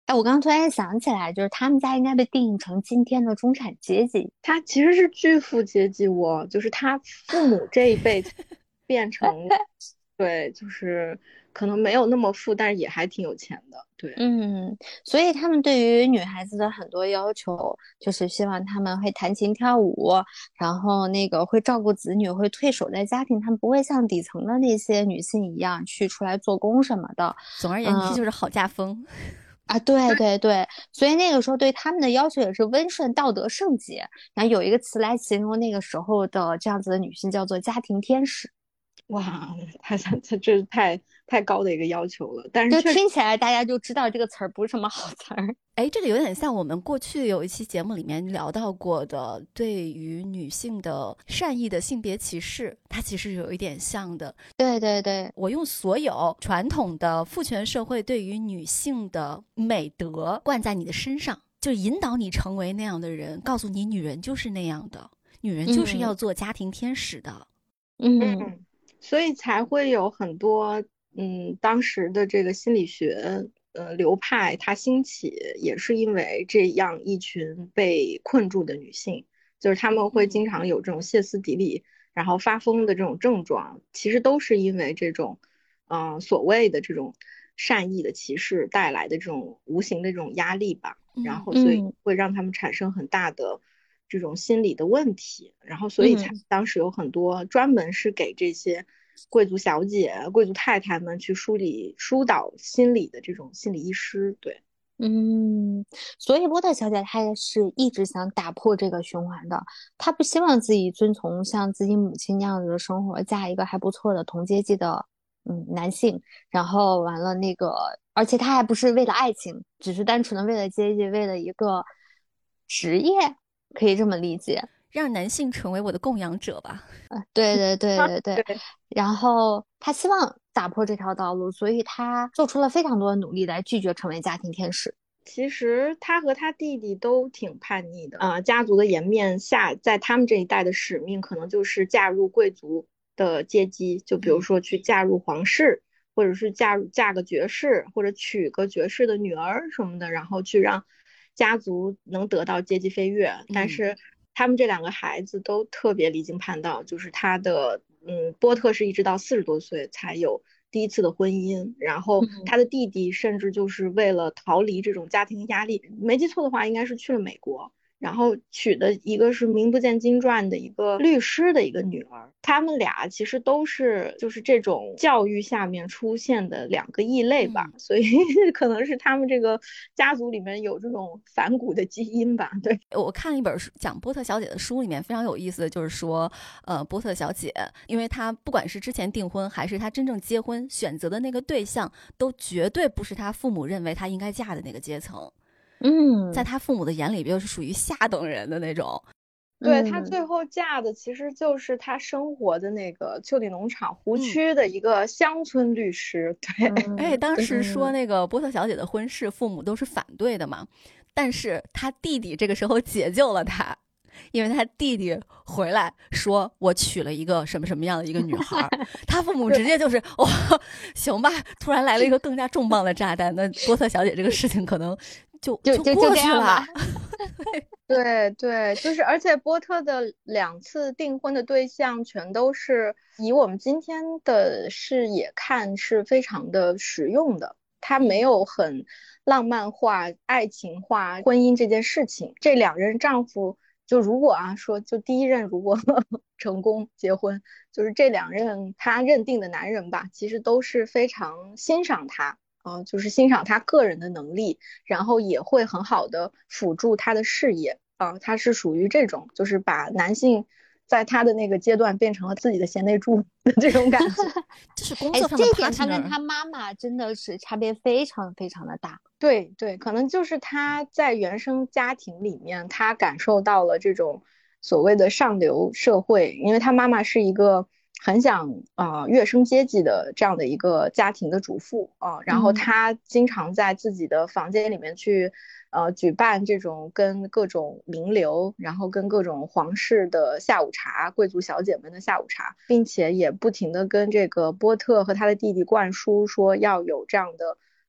哎，我刚刚突然想起来，就是他们家应该被定义成今天的中产阶级。 他其实是巨富阶级哦，就是他父母这一辈变成，对，就是可能没有那么富，但是也还挺有钱的。对， 嗯，所以他们对于女孩子的很多要求，就是希望他们会弹琴跳舞，然后那个会照顾子女，会退守在家庭，他们不会像底层的那些女性一样去出来做工什么的。 总而言之，就是好家风。 啊，对对对，所以那个时候对他们的要求也是温顺、道德、圣洁。然后有一个词来形容那个时候的这样子的女性，叫做家庭天使。 哇，他他他这太太高的一个要求了，但是就确实听起来大家就知道这个词儿不是什么好词儿。 哎，这个有点像我们过去有一期节目里面聊到过的，对于女性的善意的性别歧视，它其实有一点像的。 对对对， 我用所有传统的父权社会对于女性的美德灌在你的身上，就引导你成为那样的人，告诉你女人就是那样的，女人就是要做家庭天使的。 嗯。 嗯，所以才会有很多嗯，当时的这个心理学呃流派它兴起，也是因为这样一群被困住的女性，就是她们会经常有这种歇斯底里，然后发疯的这种症状，其实都是因为这种嗯、呃所谓的这种善意的歧视带来的这种无形的这种压力吧，然后所以会让他们产生很大的这种心理的问题，然后所以才当时有很多专门是给这些贵族小姐、贵族太太们去梳理疏导心理的这种心理医师。对， 嗯，所以波特小姐她也是一直想打破这个循环的，她不希望自己遵从像自己母亲那样子的生活，嫁一个还不错的同阶级的嗯男性，然后完了那个，而且她还不是为了爱情，只是单纯的为了阶级，为了一个职业，可以这么理解。 让男性成为我的供养者吧。 呃，对对对对对，对然后他希望打破这条道路，所以他做出了非常多的努力来拒绝成为家庭天使。 其实他和他弟弟都挺叛逆的啊、呃，家族的颜面下，在他们这一代的使命可能就是嫁入贵族的阶级，就比如说去嫁入皇室，或者是嫁入嫁个爵士，或者娶个爵士的女儿什么的，然后去让家族能得到阶级飞跃。但是他们这两个孩子都特别离经叛道，就是他的嗯，波特是一直到四十多岁才有第一次的婚姻，然后他的弟弟甚至就是为了逃离这种家庭压力，没记错的话应该是去了美国，然后娶的一个是名不见经传的一个律师的一个女儿。他们俩其实都是就是这种教育下面出现的两个异类吧，嗯、所以可能是他们这个家族里面有这种反骨的基因吧。对， 我看了一本讲波特小姐的书，里面非常有意思的就是说呃，波特小姐因为她不管是之前订婚还是她真正结婚选择的那个对象，都绝对不是她父母认为她应该嫁的那个阶层。 嗯， 在她父母的眼里又是属于下等人的那种。 对，她最后嫁的其实就是她生活的那个丘陵农场湖区的一个乡村律师。嗯、 对，而且当时说那个波特小姐的婚事父母都是反对的嘛，但是她弟弟这个时候解救了她，因为他弟弟回来说我娶了一个什么什么样的一个女孩，他父母直接就是哇、哦，行吧，突然来了一个更加重磅的炸弹，那波特小姐这个事情可能就就就过去了。 对对，就是而且波特的两次订婚的对象全都是以我们今天的视野看是非常的实用的，他没有很浪漫化、爱情化婚姻这件事情。这两任丈夫就如果啊说就第一任如果成功结婚，就是这两任他认定的男人吧，其实都是非常欣赏他。呃，就是欣赏他个人的能力，然后也会很好的辅助他的事业啊、呃。他是属于这种，就是把男性在他的那个阶段变成了自己的贤内助的这种感觉。 这是工作上的 partner、 哎、这一点他跟他妈妈真的是差别非常非常的大。 对对，可能就是他在原生家庭里面，他感受到了这种所谓的上流社会，因为他妈妈是一个很想啊、呃、跃升阶级的这样的一个家庭的主妇啊、呃，然后他经常在自己的房间里面去呃举办这种跟各种名流，然后跟各种皇室的下午茶、贵族小姐们的下午茶，并且也不停的跟这个波特和他的弟弟灌输说要有这样的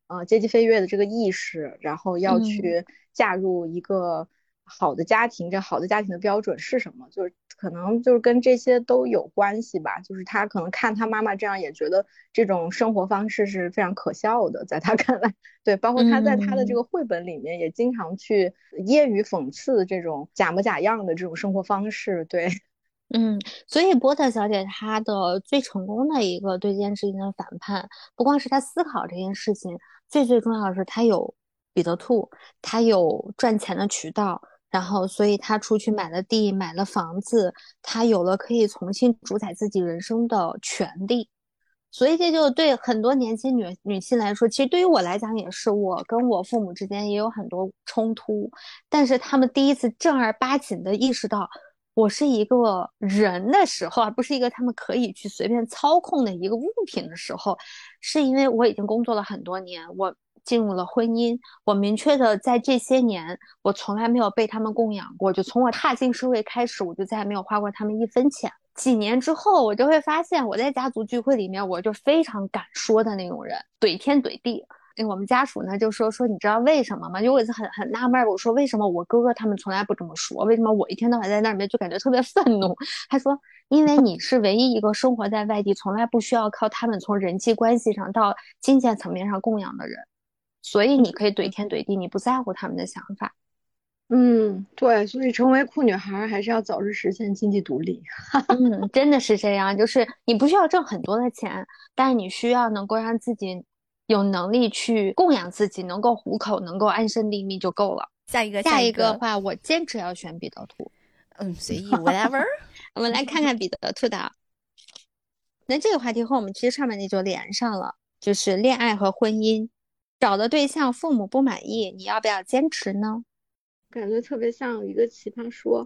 呃阶级飞跃的这个意识，然后要去嫁入一个好的家庭，这好的家庭的标准是什么？就是可能就是跟这些都有关系吧。就是他可能看他妈妈这样，也觉得这种生活方式是非常可笑的，在他看来。对，包括他在他的这个绘本里面也经常去揶揄讽刺这种假模假样的这种生活方式。对， 嗯，所以波特小姐她的最成功的一个对这件事情的反叛，不光是她思考这件事情，最最重要的是她有彼得兔，她有赚钱的渠道，然后所以她出去买了地，买了房子，她有了可以重新主宰自己人生的权利。所以这就对很多年轻女女性来说，其实对于我来讲也是，我跟我父母之间也有很多冲突，但是他们第一次正儿八经的意识到我是一个人的时候，而不是一个他们可以去随便操控的一个物品的时候，是因为我已经工作了很多年，我进入了婚姻，我明确的在这些年，我从来没有被他们供养过，就从我踏进社会开始，我就再也没有花过他们一分钱。几年之后，我就会发现，我在家族聚会里面，我就非常敢说的那种人，怼天怼地。我们家属呢就说说，你知道为什么吗？就我一直很很纳闷，我说为什么我哥哥他们从来不这么说，为什么我一天到晚在那里面就感觉特别愤怒？他说，因为你是唯一一个生活在外地，从来不需要靠他们从人际关系上到金钱层面上供养的人，所以你可以怼天怼地，你不在乎他们的想法。 嗯，对，所以成为酷女孩还是要早日实现经济独立。 嗯，真的是这样，就是你不需要挣很多的钱，但是你需要能够让自己有能力去供养自己，能够糊口，能够安身立命就够了。 下一个， 下一个话，我坚持要选彼得兔。 嗯，随意 ，whatever。 我们来看看彼得兔的。那这个话题和我们其实上面那就连上了，就是恋爱和婚姻，找的对象父母不满意，你要不要坚持呢？ 感觉特别像一个奇葩说。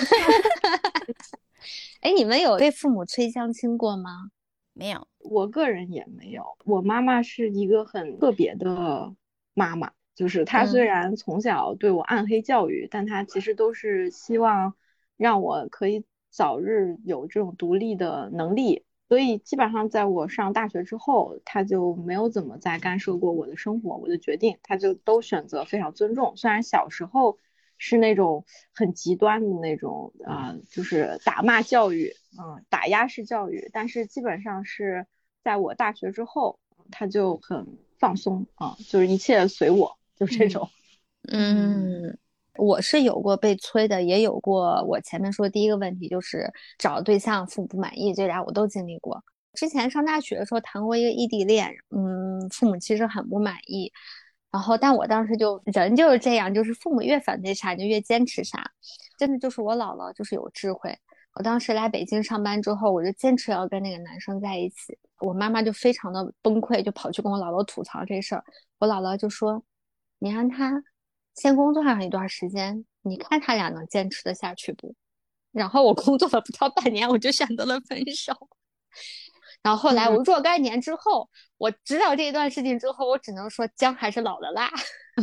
哎，你们有被父母催相亲过吗？ 没有， 我个人也没有。我妈妈是一个很特别的妈妈，就是她虽然从小对我暗黑教育，嗯、但她其实都是希望让我可以早日有这种独立的能力。所以基本上在我上大学之后，她就没有怎么再干涉过我的生活，我的决定，她就都选择非常尊重。虽然小时候是那种很极端的那种啊、呃，就是打骂教育，嗯、呃，打压式教育，但是基本上是在我大学之后，他就很放松啊、呃，就是一切随我，就这种。 嗯，嗯我是有过被催的，也有过我前面说第一个问题，就是找对象父母不满意，这俩我都经历过。之前上大学的时候谈过一个异地恋，嗯，父母其实很不满意。然后，但我当时就人就是这样，就是父母越反对啥，你就越坚持啥。真的就是我姥姥就是有智慧。我当时来北京上班之后，我就坚持要跟那个男生在一起。我妈妈就非常的崩溃，就跑去跟我姥姥吐槽这事儿。我姥姥就说：“你让他先工作上一段时间，你看他俩能坚持得下去不？”然后我工作了不到半年，我就选择了分手。然后后来我若干年之后，我知道这一段事情之后，我只能说姜还是老的辣。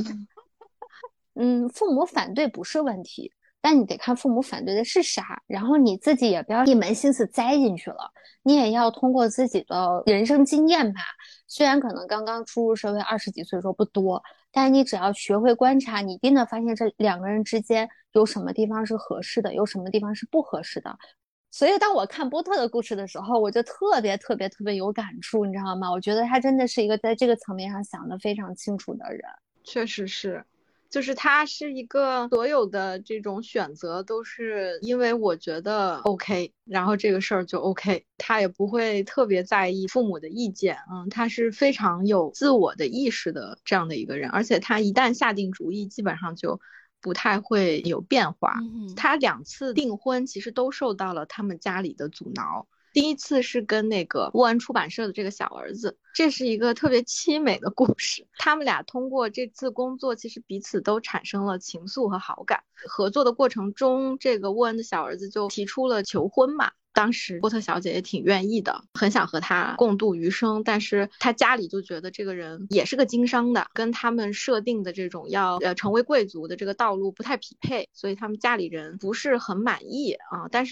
嗯，父母反对不是问题，但你得看父母反对的是啥，然后你自己也不要一门心思栽进去了，你也要通过自己的人生经验吧。虽然可能刚刚初入社会二十几岁的时候不多，但是你只要学会观察，你一定能发现这两个人之间有什么地方是合适的，有什么地方是不合适的。所以当我看波特的故事的时候，我就特别特别特别有感触，你知道吗？我觉得他真的是一个在这个层面上想得非常清楚的人。 确实是，就是他是一个所有的这种选择都是因为我觉得 OK， 然后这个事儿就 OK， 他也不会特别在意父母的意见。嗯，他是非常有自我的意识的这样的一个人，而且他一旦下定主意，基本上就不太会有变化。嗯、他两次订婚其实都受到了他们家里的阻挠。第一次是跟那个沃恩出版社的这个小儿子，这是一个特别凄美的故事。他们俩通过这次工作，其实彼此都产生了情愫和好感。合作的过程中，这个沃恩的小儿子就提出了求婚嘛。当时波特小姐也挺愿意的，很想和他共度余生，但是他家里就觉得这个人也是个经商的，跟他们设定的这种要呃成为贵族的这个道路不太匹配，所以他们家里人不是很满意啊。但是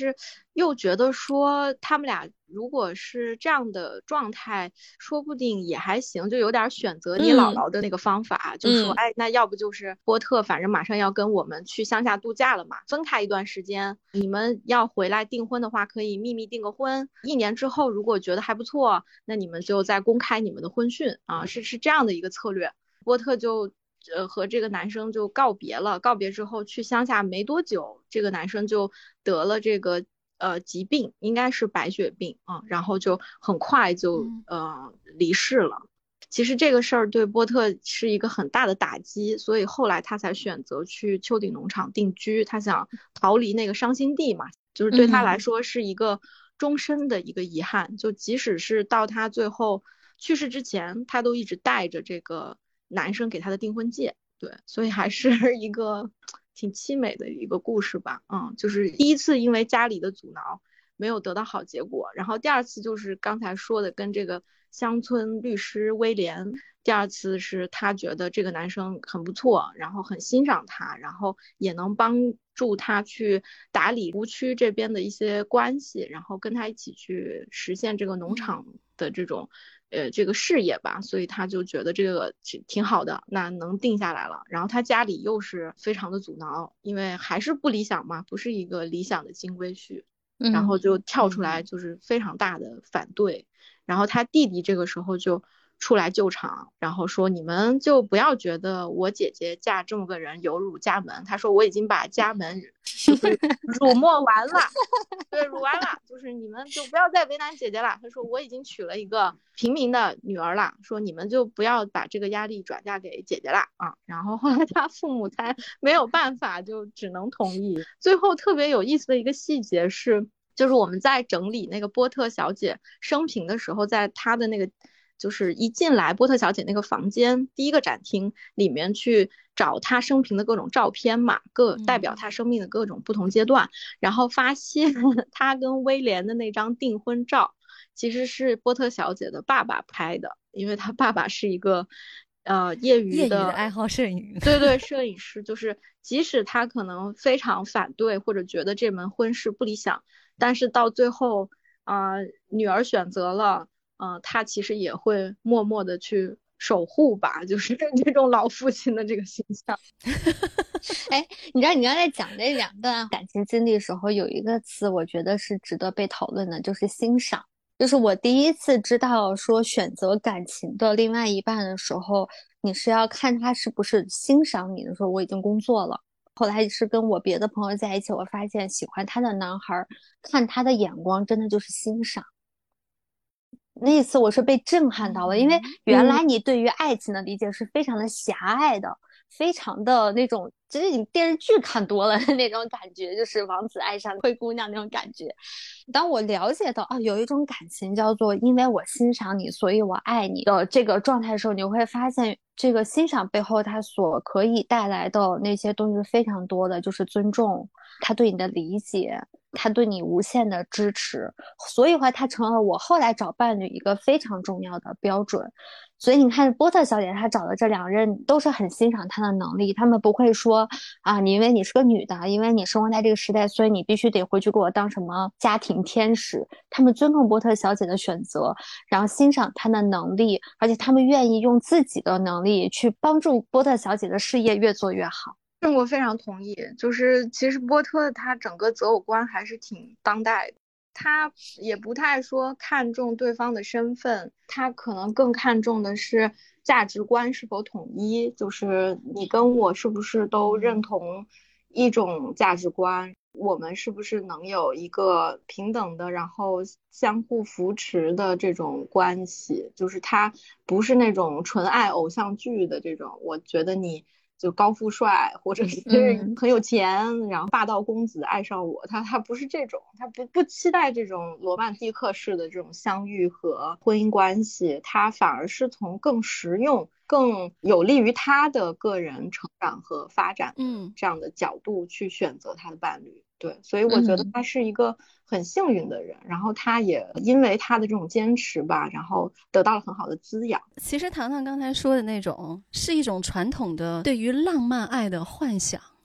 又觉得说他们俩如果是这样的状态，说不定也还行，就有点选择你姥姥的那个方法， 嗯、 就说哎，那要不就是波特反正马上要跟我们去乡下度假了嘛，分开一段时间，你们要回来订婚的话可以秘密订个婚，一年之后如果觉得还不错，那你们就再公开你们的婚讯啊，是是这样的一个策略。波特就呃和这个男生就告别了，告别之后去乡下没多久，这个男生就得了这个呃疾病，应该是白血病啊、嗯，然后就很快就呃离世了。其实这个事儿对波特是一个很大的打击，所以后来他才选择去丘顶农场定居，他想逃离那个伤心地嘛，就是对他来说是一个终身的一个遗憾，嗯、就即使是到他最后去世之前，他都一直带着这个男生给他的订婚戒。对，所以还是一个挺凄美的一个故事吧。嗯，就是第一次因为家里的阻挠没有得到好结果，然后第二次就是刚才说的跟这个乡村律师威廉，第二次是他觉得这个男生很不错，然后很欣赏他，然后也能帮助他去打理湖区这边的一些关系，然后跟他一起去实现这个农场的这种、嗯、呃这个事业吧，所以他就觉得这个挺好的，那能定下来了。然后他家里又是非常的阻挠，因为还是不理想嘛，不是一个理想的金龟婿，然后就跳出来就是非常大的反对、嗯、然后他弟弟这个时候就出来救场，然后说你们就不要觉得我姐姐嫁这么个人有辱家门，他说我已经把家门就是辱没完了对，辱完了，就是你们就不要再为难姐姐了，他说我已经娶了一个平民的女儿了，说你们就不要把这个压力转嫁给姐姐了啊。然后后来他父母才没有办法，就只能同意。最后特别有意思的一个细节是，就是我们在整理那个波特小姐生平的时候，在她的那个就是一进来波特小姐那个房间第一个展厅里面去找她生平的各种照片嘛，各代表她生命的各种不同阶段、嗯、然后发现她跟威廉的那张订婚照其实是波特小姐的爸爸拍的，因为她爸爸是一个呃业余的业余的爱好摄影对对摄影师，就是即使他可能非常反对或者觉得这门婚事不理想，但是到最后啊、呃，女儿选择了嗯、呃，他其实也会默默的去守护吧，就是这种老父亲的这个形象。 哎，你知道你刚才讲这两段感情经历的时候，有一个词我觉得是值得被讨论的，就是欣赏。就是我第一次知道说选择感情的另外一半的时候，你是要看他是不是欣赏你的时候，我已经工作了。后来是跟我别的朋友在一起，我发现喜欢他的男孩看他的眼光真的就是欣赏。那一次我是被震撼到了，因为原来你对于爱情的理解是非常的狭隘的，非常的那种就是你电视剧看多了的那种感觉，就是王子爱上灰姑娘那种感觉。当我了解到啊，有一种感情叫做因为我欣赏你所以我爱你的这个状态的时候，你会发现这个欣赏背后它所可以带来的那些东西是非常多的，就是尊重，他对你的理解，他对你无限的支持，所以话他成了我后来找伴侣一个非常重要的标准。所以你看波特小姐她找的这两任都是很欣赏她的能力，他们不会说啊，你因为你是个女的，因为你生活在这个时代，所以你必须得回去给我当什么家庭天使。他们尊重波特小姐的选择，然后欣赏她的能力，而且他们愿意用自己的能力去帮助波特小姐的事业越做越好。 这我非常同意，就是其实波特他整个择偶观还是挺当代的，他也不太说看重对方的身份，他可能更看重的是价值观是否统一，就是你跟我是不是都认同一种价值观，我们是不是能有一个平等的然后相互扶持的这种关系，就是他不是那种纯爱偶像剧的这种，我觉得你就高富帅或者是很有钱、嗯、然后霸道公子爱上我，他他不是这种，他不不期待这种罗曼蒂克式的这种相遇和婚姻关系，他反而是从更实用更有利于他的个人成长和发展的这样的角度去选择他的伴侣、嗯、对，所以我觉得他是一个很幸运的人、嗯、然后他也因为他的这种坚持吧，然后得到了很好的滋养。 其实糖糖刚才说的那种是一种传统的对于浪漫爱的幻想，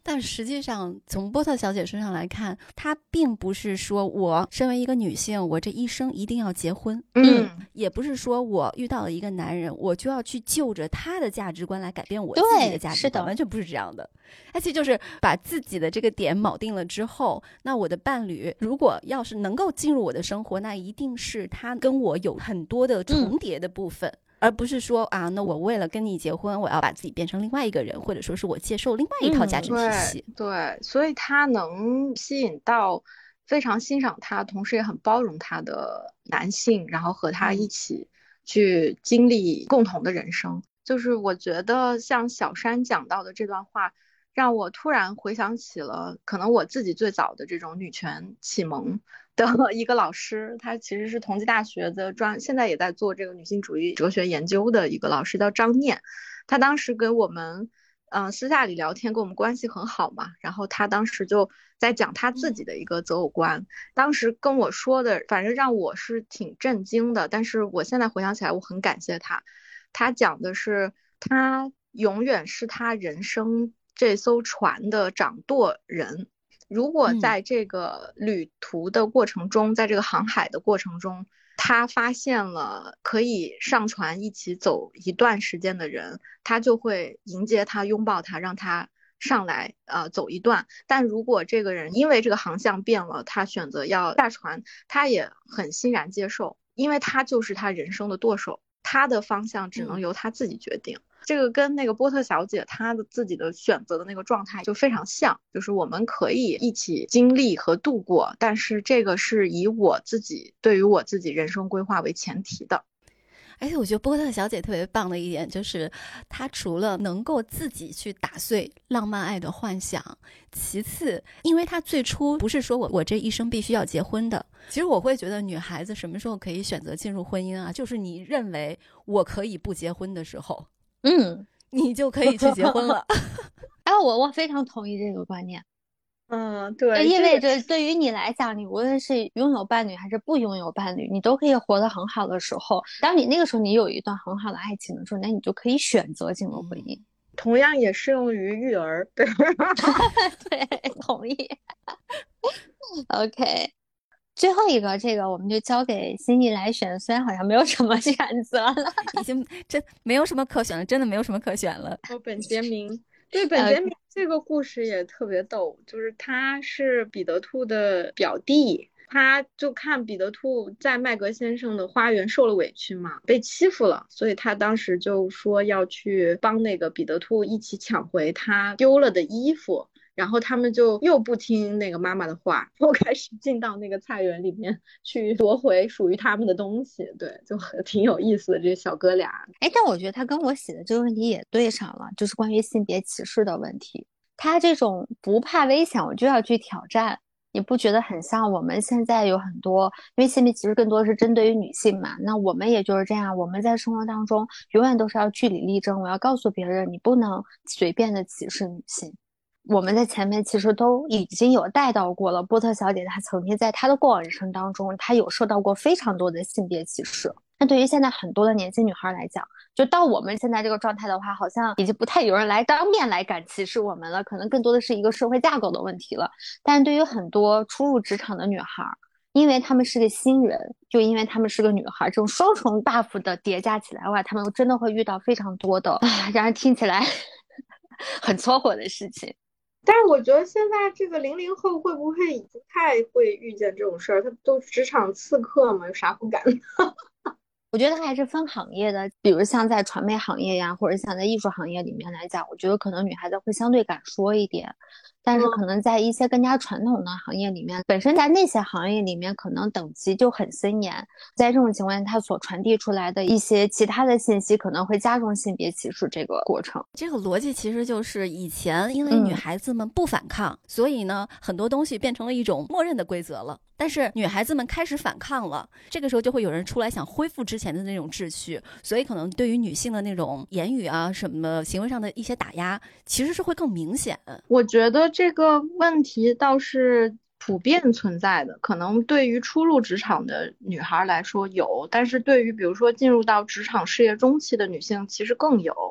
但实际上从波特小姐身上来看，她并不是说我身为一个女性我这一生一定要结婚， 嗯， 也不是说我遇到了一个男人我就要去就着他的价值观来改变我自己的价值观，完全不是这样的。而且就是把自己的这个点铆定了之后，那我的伴侣如果要是能够进入我的生活，那一定是他跟我有很多的重叠的部分、嗯，而不是说啊，那我为了跟你结婚，我要把自己变成另外一个人，或者说是我接受另外一套价值体系。 嗯、对, 对，所以他能吸引到非常欣赏他，同时也很包容他的男性，然后和他一起去经历共同的人生。嗯、就是我觉得像小山讲到的这段话，让我突然回想起了可能我自己最早的这种女权启蒙的一个老师，他其实是同济大学的专，现在也在做这个女性主义哲学研究的一个老师，叫张念。他当时跟我们呃私下里聊天，跟我们关系很好嘛，然后他当时就在讲他自己的一个择偶观、嗯、当时跟我说的反正让我是挺震惊的，但是我现在回想起来我很感谢他。他讲的是他永远是他人生这艘船的掌舵人，如果在这个旅途的过程中、嗯、在这个航海的过程中，他发现了可以上船一起走一段时间的人，他就会迎接他，拥抱他，让他上来呃走一段。但如果这个人因为这个航向变了，他选择要下船，他也很欣然接受，因为他就是他人生的舵手，他的方向只能由他自己决定、嗯、这个跟那个波特小姐她的自己的选择的那个状态就非常像，就是我们可以一起经历和度过，但是这个是以我自己对于我自己人生规划为前提的。 而且我觉得波特小姐特别棒的一点就是她除了能够自己去打碎浪漫爱的幻想，其次因为她最初不是说我我这一生必须要结婚的，其实我会觉得女孩子什么时候可以选择进入婚姻啊，就是你认为我可以不结婚的时候， 嗯， 你就可以去结婚了。 哎，我我非常同意这个观念。 嗯，对， 就意味着对于你来讲，你无论是拥有伴侣还是不拥有伴侣，你都可以活得很好的时候，当你那个时候你有一段很好的爱情的时候，那你就可以选择进入婚姻。 同样也适用于育儿。对对，同意。OK， 最后一个这个我们就交给心意来选，虽然好像没有什么选择了， 已经真没有什么可选了，真的没有什么可选了。 哦，本杰明。对，本杰明这个故事也特别逗，就是他是彼得兔的表弟，他就看彼得兔在麦格先生的花园受了委屈嘛，被欺负了，所以他当时就说要去帮那个彼得兔一起抢回他丢了的衣服，然后他们就又不听那个妈妈的话，又开始进到那个菜园里面去夺回属于他们的东西。对，就挺有意思的这些小哥俩。 哎，但我觉得他跟我写的这个问题也对上了，就是关于性别歧视的问题。他这种不怕危险我就要去挑战，你不觉得很像我们现在有很多，因为性别歧视更多是针对于女性嘛，那我们也就是这样，我们在生活当中永远都是要据理力争，我要告诉别人你不能随便的歧视女性。我们在前面其实都已经有带到过了，波特小姐她曾经在她的过往人生当中，她有受到过非常多的性别歧视。那对于现在很多的年轻女孩来讲，就到我们现在这个状态的话，好像已经不太有人来当面来敢歧视我们了，可能更多的是一个社会架构的问题了。但对于很多初入职场的女孩，因为她们是个新人，就因为她们是个女孩，这种双重 buff 的叠加起来的话，她们真的会遇到非常多的啊，让人听起来很搓火的事情。 但是我觉得现在这个零零后会不会不太会遇见这种事儿？他都职场刺客嘛，有啥不敢的？ 我觉得还是分行业的，比如像在传媒行业呀，或者像在艺术行业里面来讲，我觉得可能女孩子会相对敢说一点。但是可能在一些更加传统的行业里面，本身在那些行业里面可能等级就很森严，在这种情况下它所传递出来的一些其他的信息可能会加重性别歧视这个过程。 这个逻辑其实就是以前因为女孩子们不反抗、嗯、所以呢很多东西变成了一种默认的规则了，但是女孩子们开始反抗了，这个时候就会有人出来想恢复之前的那种秩序，所以可能对于女性的那种言语啊什么行为上的一些打压其实是会更明显。 我觉得这个问题倒是普遍存在的，可能对于初入职场的女孩来说有，但是对于比如说进入到职场事业中期的女性其实更有。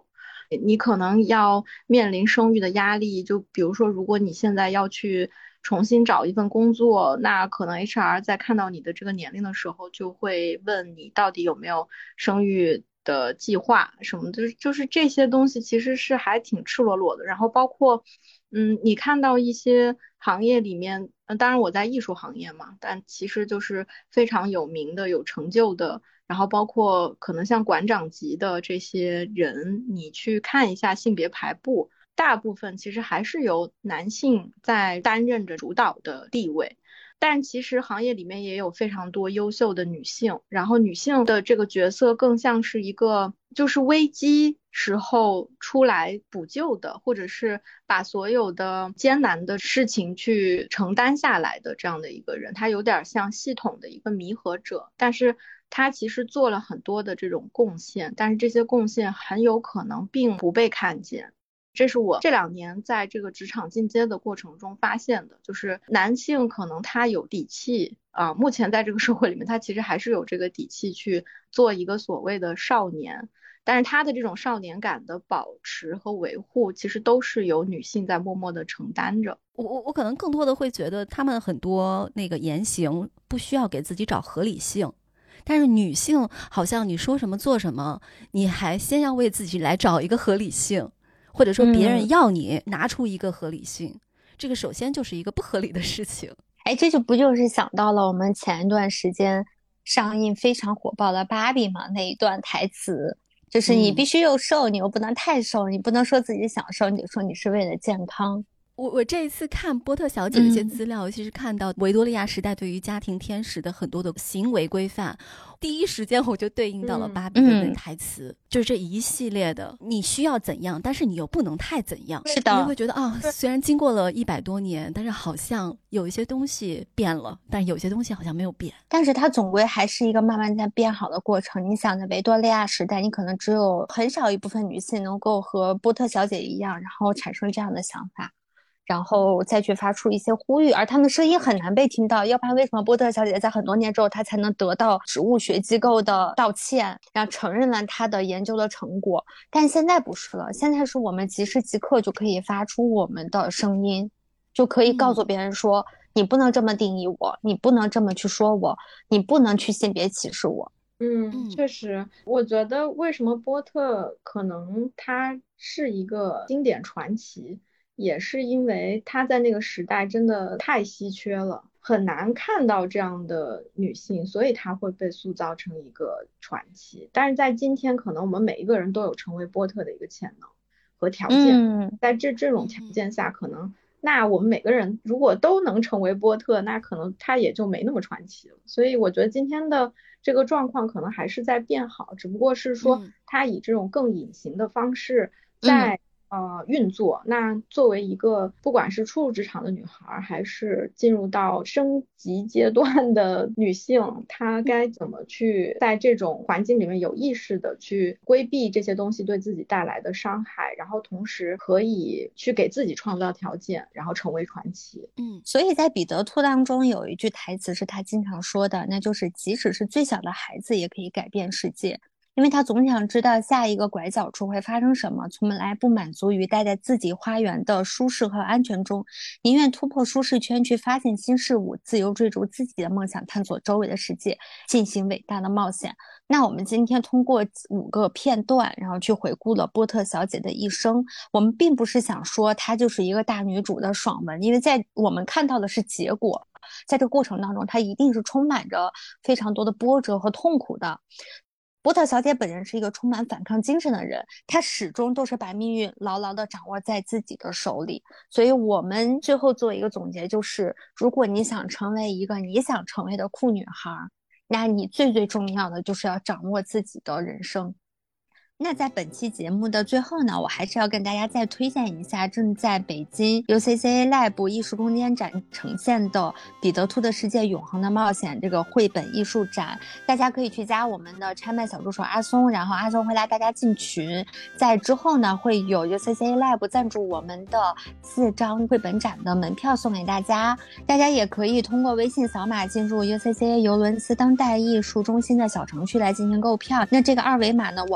你可能要面临生育的压力，就比如说如果你现在要去重新找一份工作，那可能 H R 在看到你的这个年龄的时候，就会问你到底有没有生育的计划什么的，就是这些东西其实是还挺赤裸裸的。然后包括，嗯，你看到一些行业里面，嗯，当然我在艺术行业嘛，但其实就是非常有名的、有成就的，然后包括可能像馆长级的这些人，你去看一下性别排布。大部分其实还是由男性在担任着主导的地位，但其实行业里面也有非常多优秀的女性，然后女性的这个角色更像是一个就是危机时候出来补救的，或者是把所有的艰难的事情去承担下来的这样的一个人，她有点像系统的一个弥合者，但是她其实做了很多的这种贡献，但是这些贡献很有可能并不被看见。这是我这两年在这个职场进阶的过程中发现的，就是男性可能他有底气啊、呃，目前在这个社会里面，他其实还是有这个底气去做一个所谓的少年，但是他的这种少年感的保持和维护，其实都是由女性在默默的承担着。 我我我可能更多的会觉得，他们很多那个言行不需要给自己找合理性。但是女性好像你说什么做什么，你还先要为自己来找一个合理性。或者说别人要你拿出一个合理性、嗯、这个首先就是一个不合理的事情。 哎，这就不就是想到了我们前一段时间上映非常火爆的芭比嘛，那一段台词就是你必须又瘦、嗯、你又不能太瘦，你不能说自己想瘦，你就说你是为了健康。 我我这一次看波特小姐的一些资料、嗯、尤其是看到维多利亚时代对于家庭天使的很多的行为规范，第一时间我就对应到了芭比的那台词、嗯、就是这一系列的你需要怎样，但是你又不能太怎样。 是的， 你会觉得啊、哦，虽然经过了一百多年，但是好像有一些东西变了，但是有些东西好像没有变， 但是它总归还是一个慢慢在变好的过程。你想在维多利亚时代，你可能只有很少一部分女性能够和波特小姐一样，然后产生这样的想法，然后再去发出一些呼吁，而他们声音很难被听到，要不然为什么波特小姐在很多年之后她才能得到植物学机构的道歉，然后承认了她的研究的成果。但现在不是了，现在是我们即时即刻就可以发出我们的声音，就可以告诉别人说、嗯、你不能这么定义我，你不能这么去说我，你不能去性别歧视我。 嗯，确实，我觉得为什么波特可能他是一个经典传奇，也是因为她在那个时代真的太稀缺了，很难看到这样的女性，所以她会被塑造成一个传奇。但是在今天，可能我们每一个人都有成为波特的一个潜能和条件， 嗯、 在这这种条件下，可能那我们每个人如果都能成为波特，那可能她也就没那么传奇了。所以我觉得今天的这个状况可能还是在变好，只不过是说她以这种更隐形的方式在、嗯呃，运作。那作为一个不管是初入职场的女孩，还是进入到升级阶段的女性，她该怎么去在这种环境里面有意识的去规避这些东西对自己带来的伤害，然后同时可以去给自己创造条件，然后成为传奇。 嗯，所以在彼得兔当中有一句台词是他经常说的，那就是即使是最小的孩子也可以改变世界。因为他总想知道下一个拐角处会发生什么，从来不满足于待在自己花园的舒适和安全中，宁愿突破舒适圈去发现新事物，自由追逐自己的梦想，探索周围的世界，进行伟大的冒险。那我们今天通过五个片段，然后去回顾了波特小姐的一生。我们并不是想说她就是一个大女主的爽文，因为在我们看到的是结果，在这个过程当中她一定是充满着非常多的波折和痛苦的。波特小姐本人是一个充满反抗精神的人，她始终都是把命运牢牢地掌握在自己的手里。所以我们最后做一个总结，就是如果你想成为一个你想成为的酷女孩，那你最最重要的就是要掌握自己的人生。那在本期节目的最后呢，我还是要跟大家再推荐一下正在北京 U C C A Lab 艺术空间展呈现的彼得兔的世界永恒的冒险这个绘本艺术展。大家可以去加我们的拆卖小助手阿松，然后阿松会拉大家进群。在之后呢，会有 U C C A Lab 赞助我们的四张绘本展的门票送给大家。大家也可以通过微信扫码进入 U C C A 尤伦斯当代艺术中心的小程序来进行购票。那这个二维码呢，我们将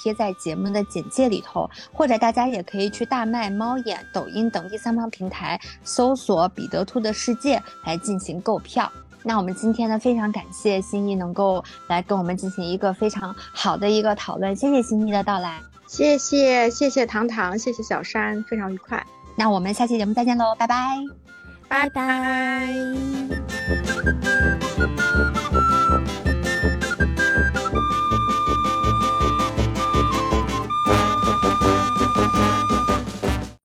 贴在节目的简介里头，或者大家也可以去大麦、猫眼、抖音等第三方平台搜索彼得兔的世界来进行购票。那我们今天呢，非常感谢心怡能够来跟我们进行一个非常好的一个讨论，谢谢心怡的到来。 谢谢谢谢糖糖，谢谢小山，非常愉快。 那我们下期节目再见喽，拜拜， 拜拜。